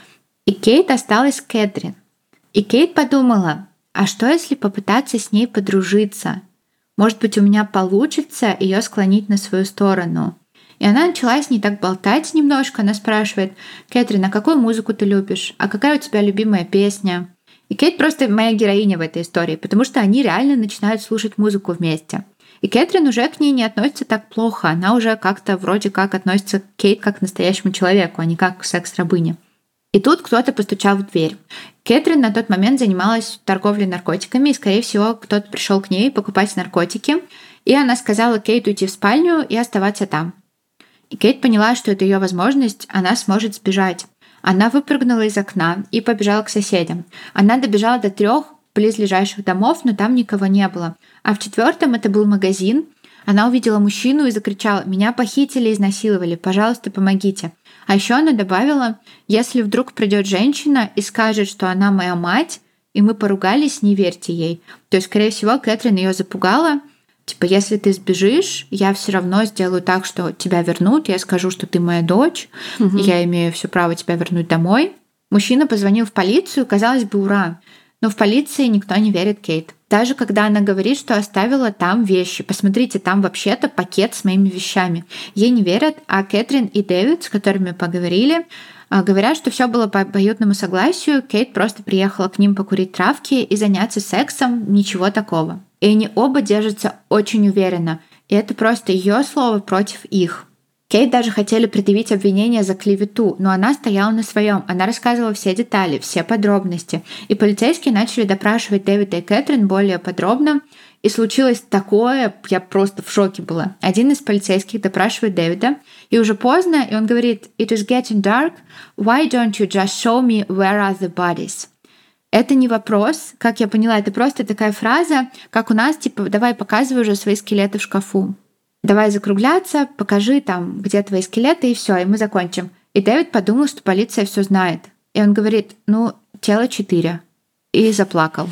И Кейт осталась с Кэтрин. И Кейт подумала: а что если попытаться с ней подружиться? Может быть, у меня получится ее склонить на свою сторону. И она начала с ней так болтать немножко. Она спрашивает: «Кэтрин, а какую музыку ты любишь? А какая у тебя любимая песня?» И Кейт просто моя героиня в этой истории, потому что они реально начинают слушать музыку вместе. И Кэтрин уже к ней не относится так плохо. Она уже как-то вроде как относится к Кейт как к настоящему человеку, а не как к секс-рабыне. И тут кто-то постучал в дверь. Кэтрин на тот момент занималась торговлей наркотиками, и, скорее всего, кто-то пришел к ней покупать наркотики. И она сказала Кейт уйти в спальню и оставаться там. И Кейт поняла, что это ее возможность, она сможет сбежать. Она выпрыгнула из окна и побежала к соседям. Она добежала до 3 близлежащих домов, но там никого не было. А в 4-м это был магазин. Она увидела мужчину и закричала: «Меня похитили и изнасиловали, пожалуйста, помогите». А еще она добавила: «Если вдруг придет женщина и скажет, что она моя мать, и мы поругались, не верьте ей». То есть, скорее всего, Кэтрин ее запугала. Типа, если ты сбежишь, я все равно сделаю так, что тебя вернут. Я скажу, что ты моя дочь, и я имею все право тебя вернуть домой. Мужчина позвонил в полицию, казалось бы, ура. Но в полиции никто не верит Кейт. Даже когда она говорит, что оставила там вещи. Посмотрите, там вообще-то пакет с моими вещами. Ей не верят, а Кэтрин и Дэвид, с которыми поговорили, говорят, что все было по обоюдному согласию. Кейт просто приехала к ним покурить травки и заняться сексом, ничего такого. И они оба держатся очень уверенно. И это просто ее слово против их. Кейт даже хотели предъявить обвинение за клевету, но она стояла на своем. Она рассказывала все детали, все подробности. И полицейские начали допрашивать Дэвида и Кэтрин более подробно. И случилось такое, я просто в шоке была. Один из полицейских допрашивает Дэвида, и уже поздно, и он говорит: «It is getting dark. Why don't you just show me where are the bodies?» Это не вопрос, как я поняла, это просто такая фраза, как у нас, типа: «Давай, показывай уже свои скелеты в шкафу. Давай закругляться, покажи там, где твои скелеты, и все, и мы закончим». И Дэвид подумал, что полиция все знает. И он говорит: тело 4. И заплакал.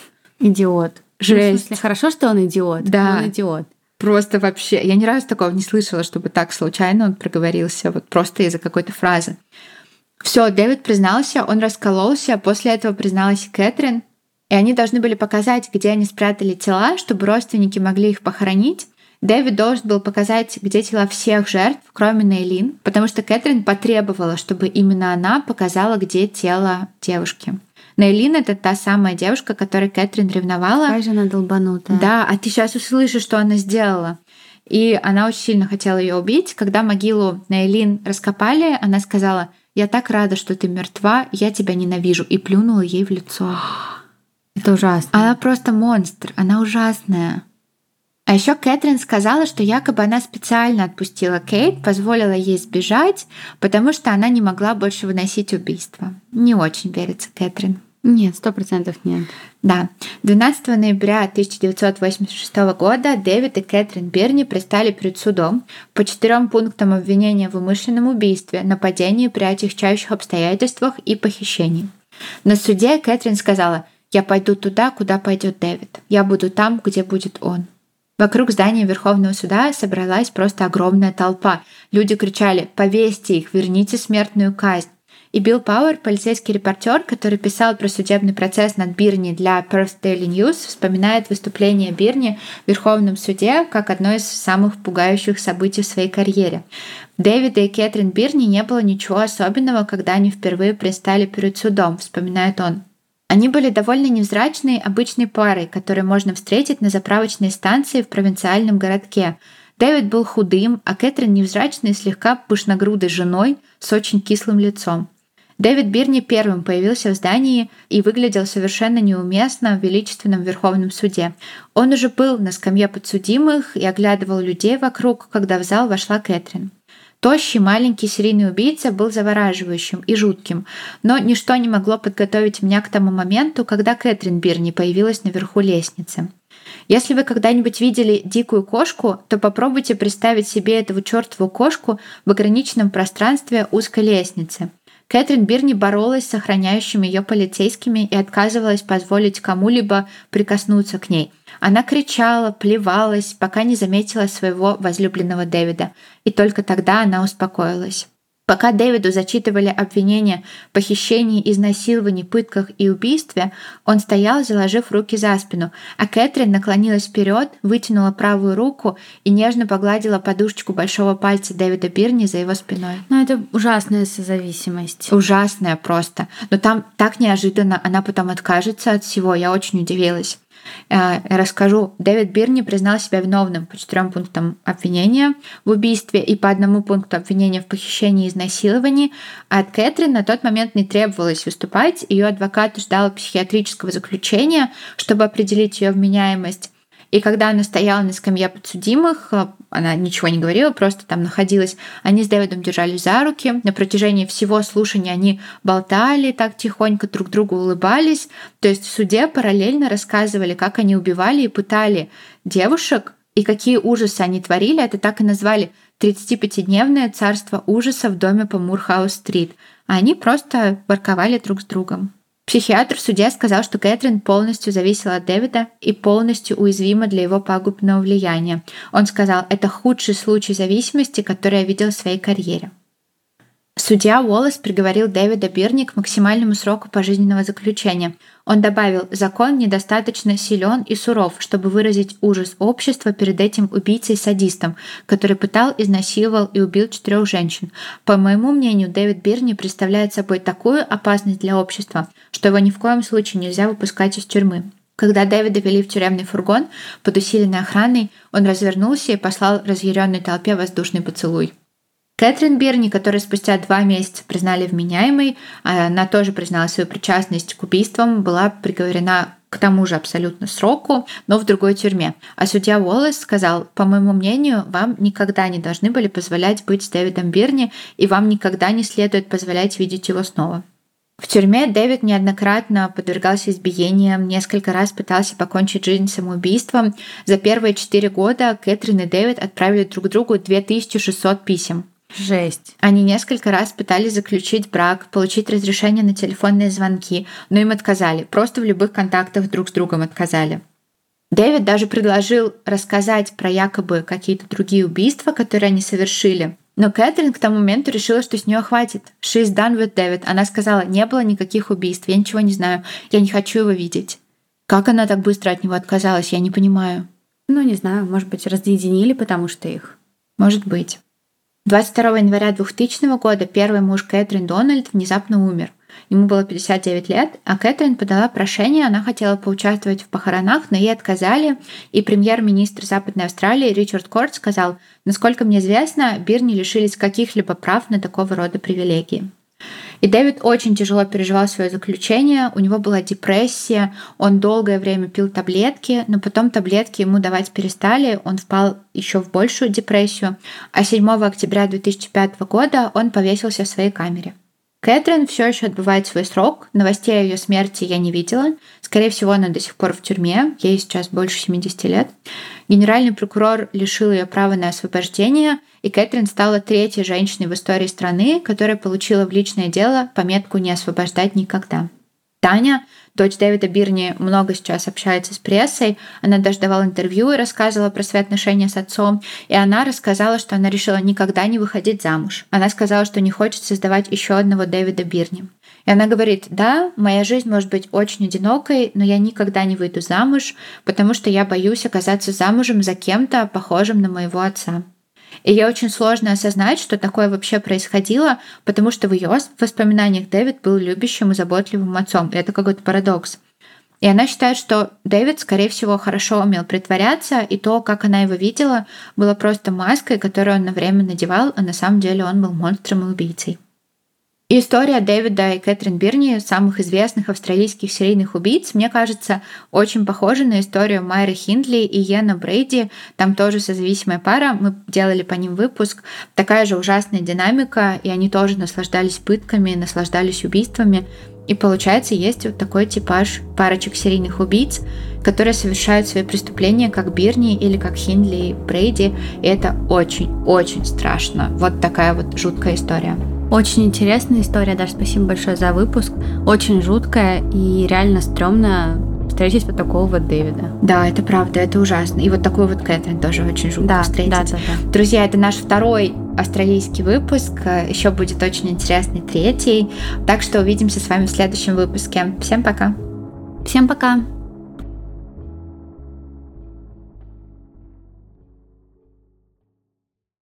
Идиот. Жесть. В смысле, хорошо, что он идиот. Да. Он идиот. Просто вообще. Я ни разу такого не слышала, чтобы так случайно он проговорился, вот просто из-за какой-то фразы. Все, Дэвид признался, он раскололся, после этого призналась и Кэтрин. И они должны были показать, где они спрятали тела, чтобы родственники могли их похоронить. Дэвид должен был показать, где тела всех жертв, кроме Нейлин, потому что Кэтрин потребовала, чтобы именно она показала, где тело девушки. Нейлин — это та самая девушка, которой Кэтрин ревновала. Какая же она долбанутая. Да, а ты сейчас услышишь, что она сделала. И она очень сильно хотела ее убить. Когда могилу Нейлин раскопали, она сказала: «Я так рада, что ты мертва, я тебя ненавижу», и плюнула ей в лицо. Это ужасно. Она просто монстр, она ужасная. А еще Кэтрин сказала, что якобы она специально отпустила Кейт, позволила ей сбежать, потому что она не могла больше выносить убийства. Не очень верится Кэтрин. Нет, 100% нет. Да. 12 ноября 1986 года Дэвид и Кэтрин Бирни предстали перед судом по 4 пунктам обвинения в умышленном убийстве, нападении при отягчающих обстоятельствах и похищении. На суде Кэтрин сказала: «Я пойду туда, куда пойдет Дэвид. Я буду там, где будет он». Вокруг здания Верховного суда собралась просто огромная толпа. Люди кричали: «Повесьте их, верните смертную казнь». И Билл Пауэр, полицейский репортер, который писал про судебный процесс над Бирни для Perth Daily News, вспоминает выступление Бирни в Верховном суде как одно из самых пугающих событий в своей карьере. У Дэвида и Кэтрин Бирни не было ничего особенного, когда они впервые предстали перед судом, вспоминает он. Они были довольно невзрачной, обычной парой, которую можно встретить на заправочной станции в провинциальном городке. Дэвид был худым, а Кэтрин невзрачной, слегка пышногрудой женой с очень кислым лицом. Дэвид Бирни первым появился в здании и выглядел совершенно неуместно в величественном Верховном суде. Он уже был на скамье подсудимых и оглядывал людей вокруг, когда в зал вошла Кэтрин. Тощий маленький серийный убийца был завораживающим и жутким, но ничто не могло подготовить меня к тому моменту, когда Кэтрин Бирни появилась наверху лестницы. Если вы когда-нибудь видели дикую кошку, то попробуйте представить себе эту чертову кошку в ограниченном пространстве узкой лестницы. Кэтрин Бирни боролась с охраняющими ее полицейскими и отказывалась позволить кому-либо прикоснуться к ней. Она кричала, плевалась, пока не заметила своего возлюбленного Дэвида. И только тогда она успокоилась. Пока Дэвиду зачитывали обвинения в похищении, изнасиловании, пытках и убийстве, он стоял, заложив руки за спину, а Кэтрин наклонилась вперед, вытянула правую руку и нежно погладила подушечку большого пальца Дэвида Бирни за его спиной. Ну, это ужасная созависимость. Ужасная просто. Но там так неожиданно она потом откажется от всего. Я очень удивилась. Расскажу. Дэвид Бирни признал себя виновным по 4 пунктам обвинения в убийстве и по 1 пункту обвинения в похищении и изнасиловании. А от Кэтрин на тот момент не требовалось выступать. Ее адвокат ждал психиатрического заключения, чтобы определить ее вменяемость. И когда она стояла на скамье подсудимых, она ничего не говорила, просто там находилась. Они с Дэвидом держались за руки. На протяжении всего слушания они болтали так тихонько, друг другу улыбались. То есть в суде параллельно рассказывали, как они убивали и пытали девушек, и какие ужасы они творили. Это так и назвали 35-дневное царство ужаса в доме по Мурхаус-стрит. А они просто ворковали друг с другом. Психиатр в суде сказал, что Кэтрин полностью зависела от Дэвида и полностью уязвима для его пагубного влияния. Он сказал: «Это худший случай зависимости, который я видел в своей карьере». Судья Уоллес приговорил Дэвида Бирни к максимальному сроку пожизненного заключения. Он добавил: «Закон недостаточно силен и суров, чтобы выразить ужас общества перед этим убийцей-садистом, который пытал, изнасиловал и убил 4 женщин. По моему мнению, Дэвид Бирни представляет собой такую опасность для общества, что его ни в коем случае нельзя выпускать из тюрьмы». Когда Дэвида вели в тюремный фургон под усиленной охраной, он развернулся и послал разъяренной толпе воздушный поцелуй. Кэтрин Бирни, которую спустя 2 месяца признали вменяемой, она тоже признала свою причастность к убийствам, была приговорена к тому же абсолютно сроку, но в другой тюрьме. А судья Уоллес сказал: «По моему мнению, вам никогда не должны были позволять быть с Дэвидом Бирни, и вам никогда не следует позволять видеть его снова». В тюрьме Дэвид неоднократно подвергался избиениям, несколько раз пытался покончить жизнь самоубийством. За первые 4 года Кэтрин и Дэвид отправили друг другу 2600 писем. Жесть. Они несколько раз пытались заключить брак, получить разрешение на телефонные звонки, но им отказали. Просто в любых контактах друг с другом отказали. Дэвид даже предложил рассказать про якобы какие-то другие убийства, которые они совершили. Но Кэтрин к тому моменту решила, что с нее хватит. She's done with David. Она сказала: «Не было никаких убийств, я ничего не знаю, я не хочу его видеть». Как она так быстро от него отказалась, я не понимаю. Ну, не знаю, может быть, разъединили, потому что их. Может быть. 22 января 2000 года первый муж Кэтрин, Дональд, внезапно умер. Ему было 59 лет, а Кэтрин подала прошение, она хотела поучаствовать в похоронах, но ей отказали, и премьер-министр Западной Австралии Ричард Корт сказал: «Насколько мне известно, Бирни лишились каких-либо прав на такого рода привилегии». И Дэвид очень тяжело переживал свое заключение, у него была депрессия, он долгое время пил таблетки, но потом таблетки ему давать перестали, он впал еще в большую депрессию, а 7 октября 2005 года он повесился в своей камере. Кэтрин все еще отбывает свой срок, новостей о ее смерти я не видела. Скорее всего, она до сих пор в тюрьме, ей сейчас больше 70 лет. Генеральный прокурор лишил ее права на освобождение, и Кэтрин стала 3-й женщиной в истории страны, которая получила в личное дело пометку «Не освобождать никогда». Таня, дочь Дэвида Бирни, много сейчас общается с прессой. Она даже давала интервью и рассказывала про свои отношения с отцом. И она рассказала, что она решила никогда не выходить замуж. Она сказала, что не хочет создавать еще одного Дэвида Бирни. И она говорит: да, моя жизнь может быть очень одинокой, но я никогда не выйду замуж, потому что я боюсь оказаться замужем за кем-то, похожим на моего отца. И ей очень сложно осознать, что такое вообще происходило, потому что в ее воспоминаниях Дэвид был любящим и заботливым отцом. И это какой-то парадокс. И она считает, что Дэвид, скорее всего, хорошо умел притворяться, и то, как она его видела, было просто маской, которую он на время надевал, а на самом деле он был монстром и убийцей. И история Дэвида и Кэтрин Бирни, самых известных австралийских серийных убийц, мне кажется, очень похожа на историю Майры Хиндли и Йена Брейди. Там тоже созависимая пара, мы делали по ним выпуск. Такая же ужасная динамика, и они тоже наслаждались пытками, наслаждались убийствами. И получается, есть вот такой типаж парочек серийных убийц, которые совершают свои преступления как Бирни или как Хиндли и Брейди. И это очень-очень страшно. Вот такая вот жуткая история. Очень интересная история, Даш, спасибо большое за выпуск. Очень жуткая и реально стрёмно встретить вот такого вот Дэвида. Да, это правда, это ужасно. И вот такую вот Кэтрин тоже очень жутко встретить. Да. Друзья, это наш 2-й австралийский выпуск. Еще будет очень интересный 3-й. Так что увидимся с вами в следующем выпуске. Всем пока. Всем пока.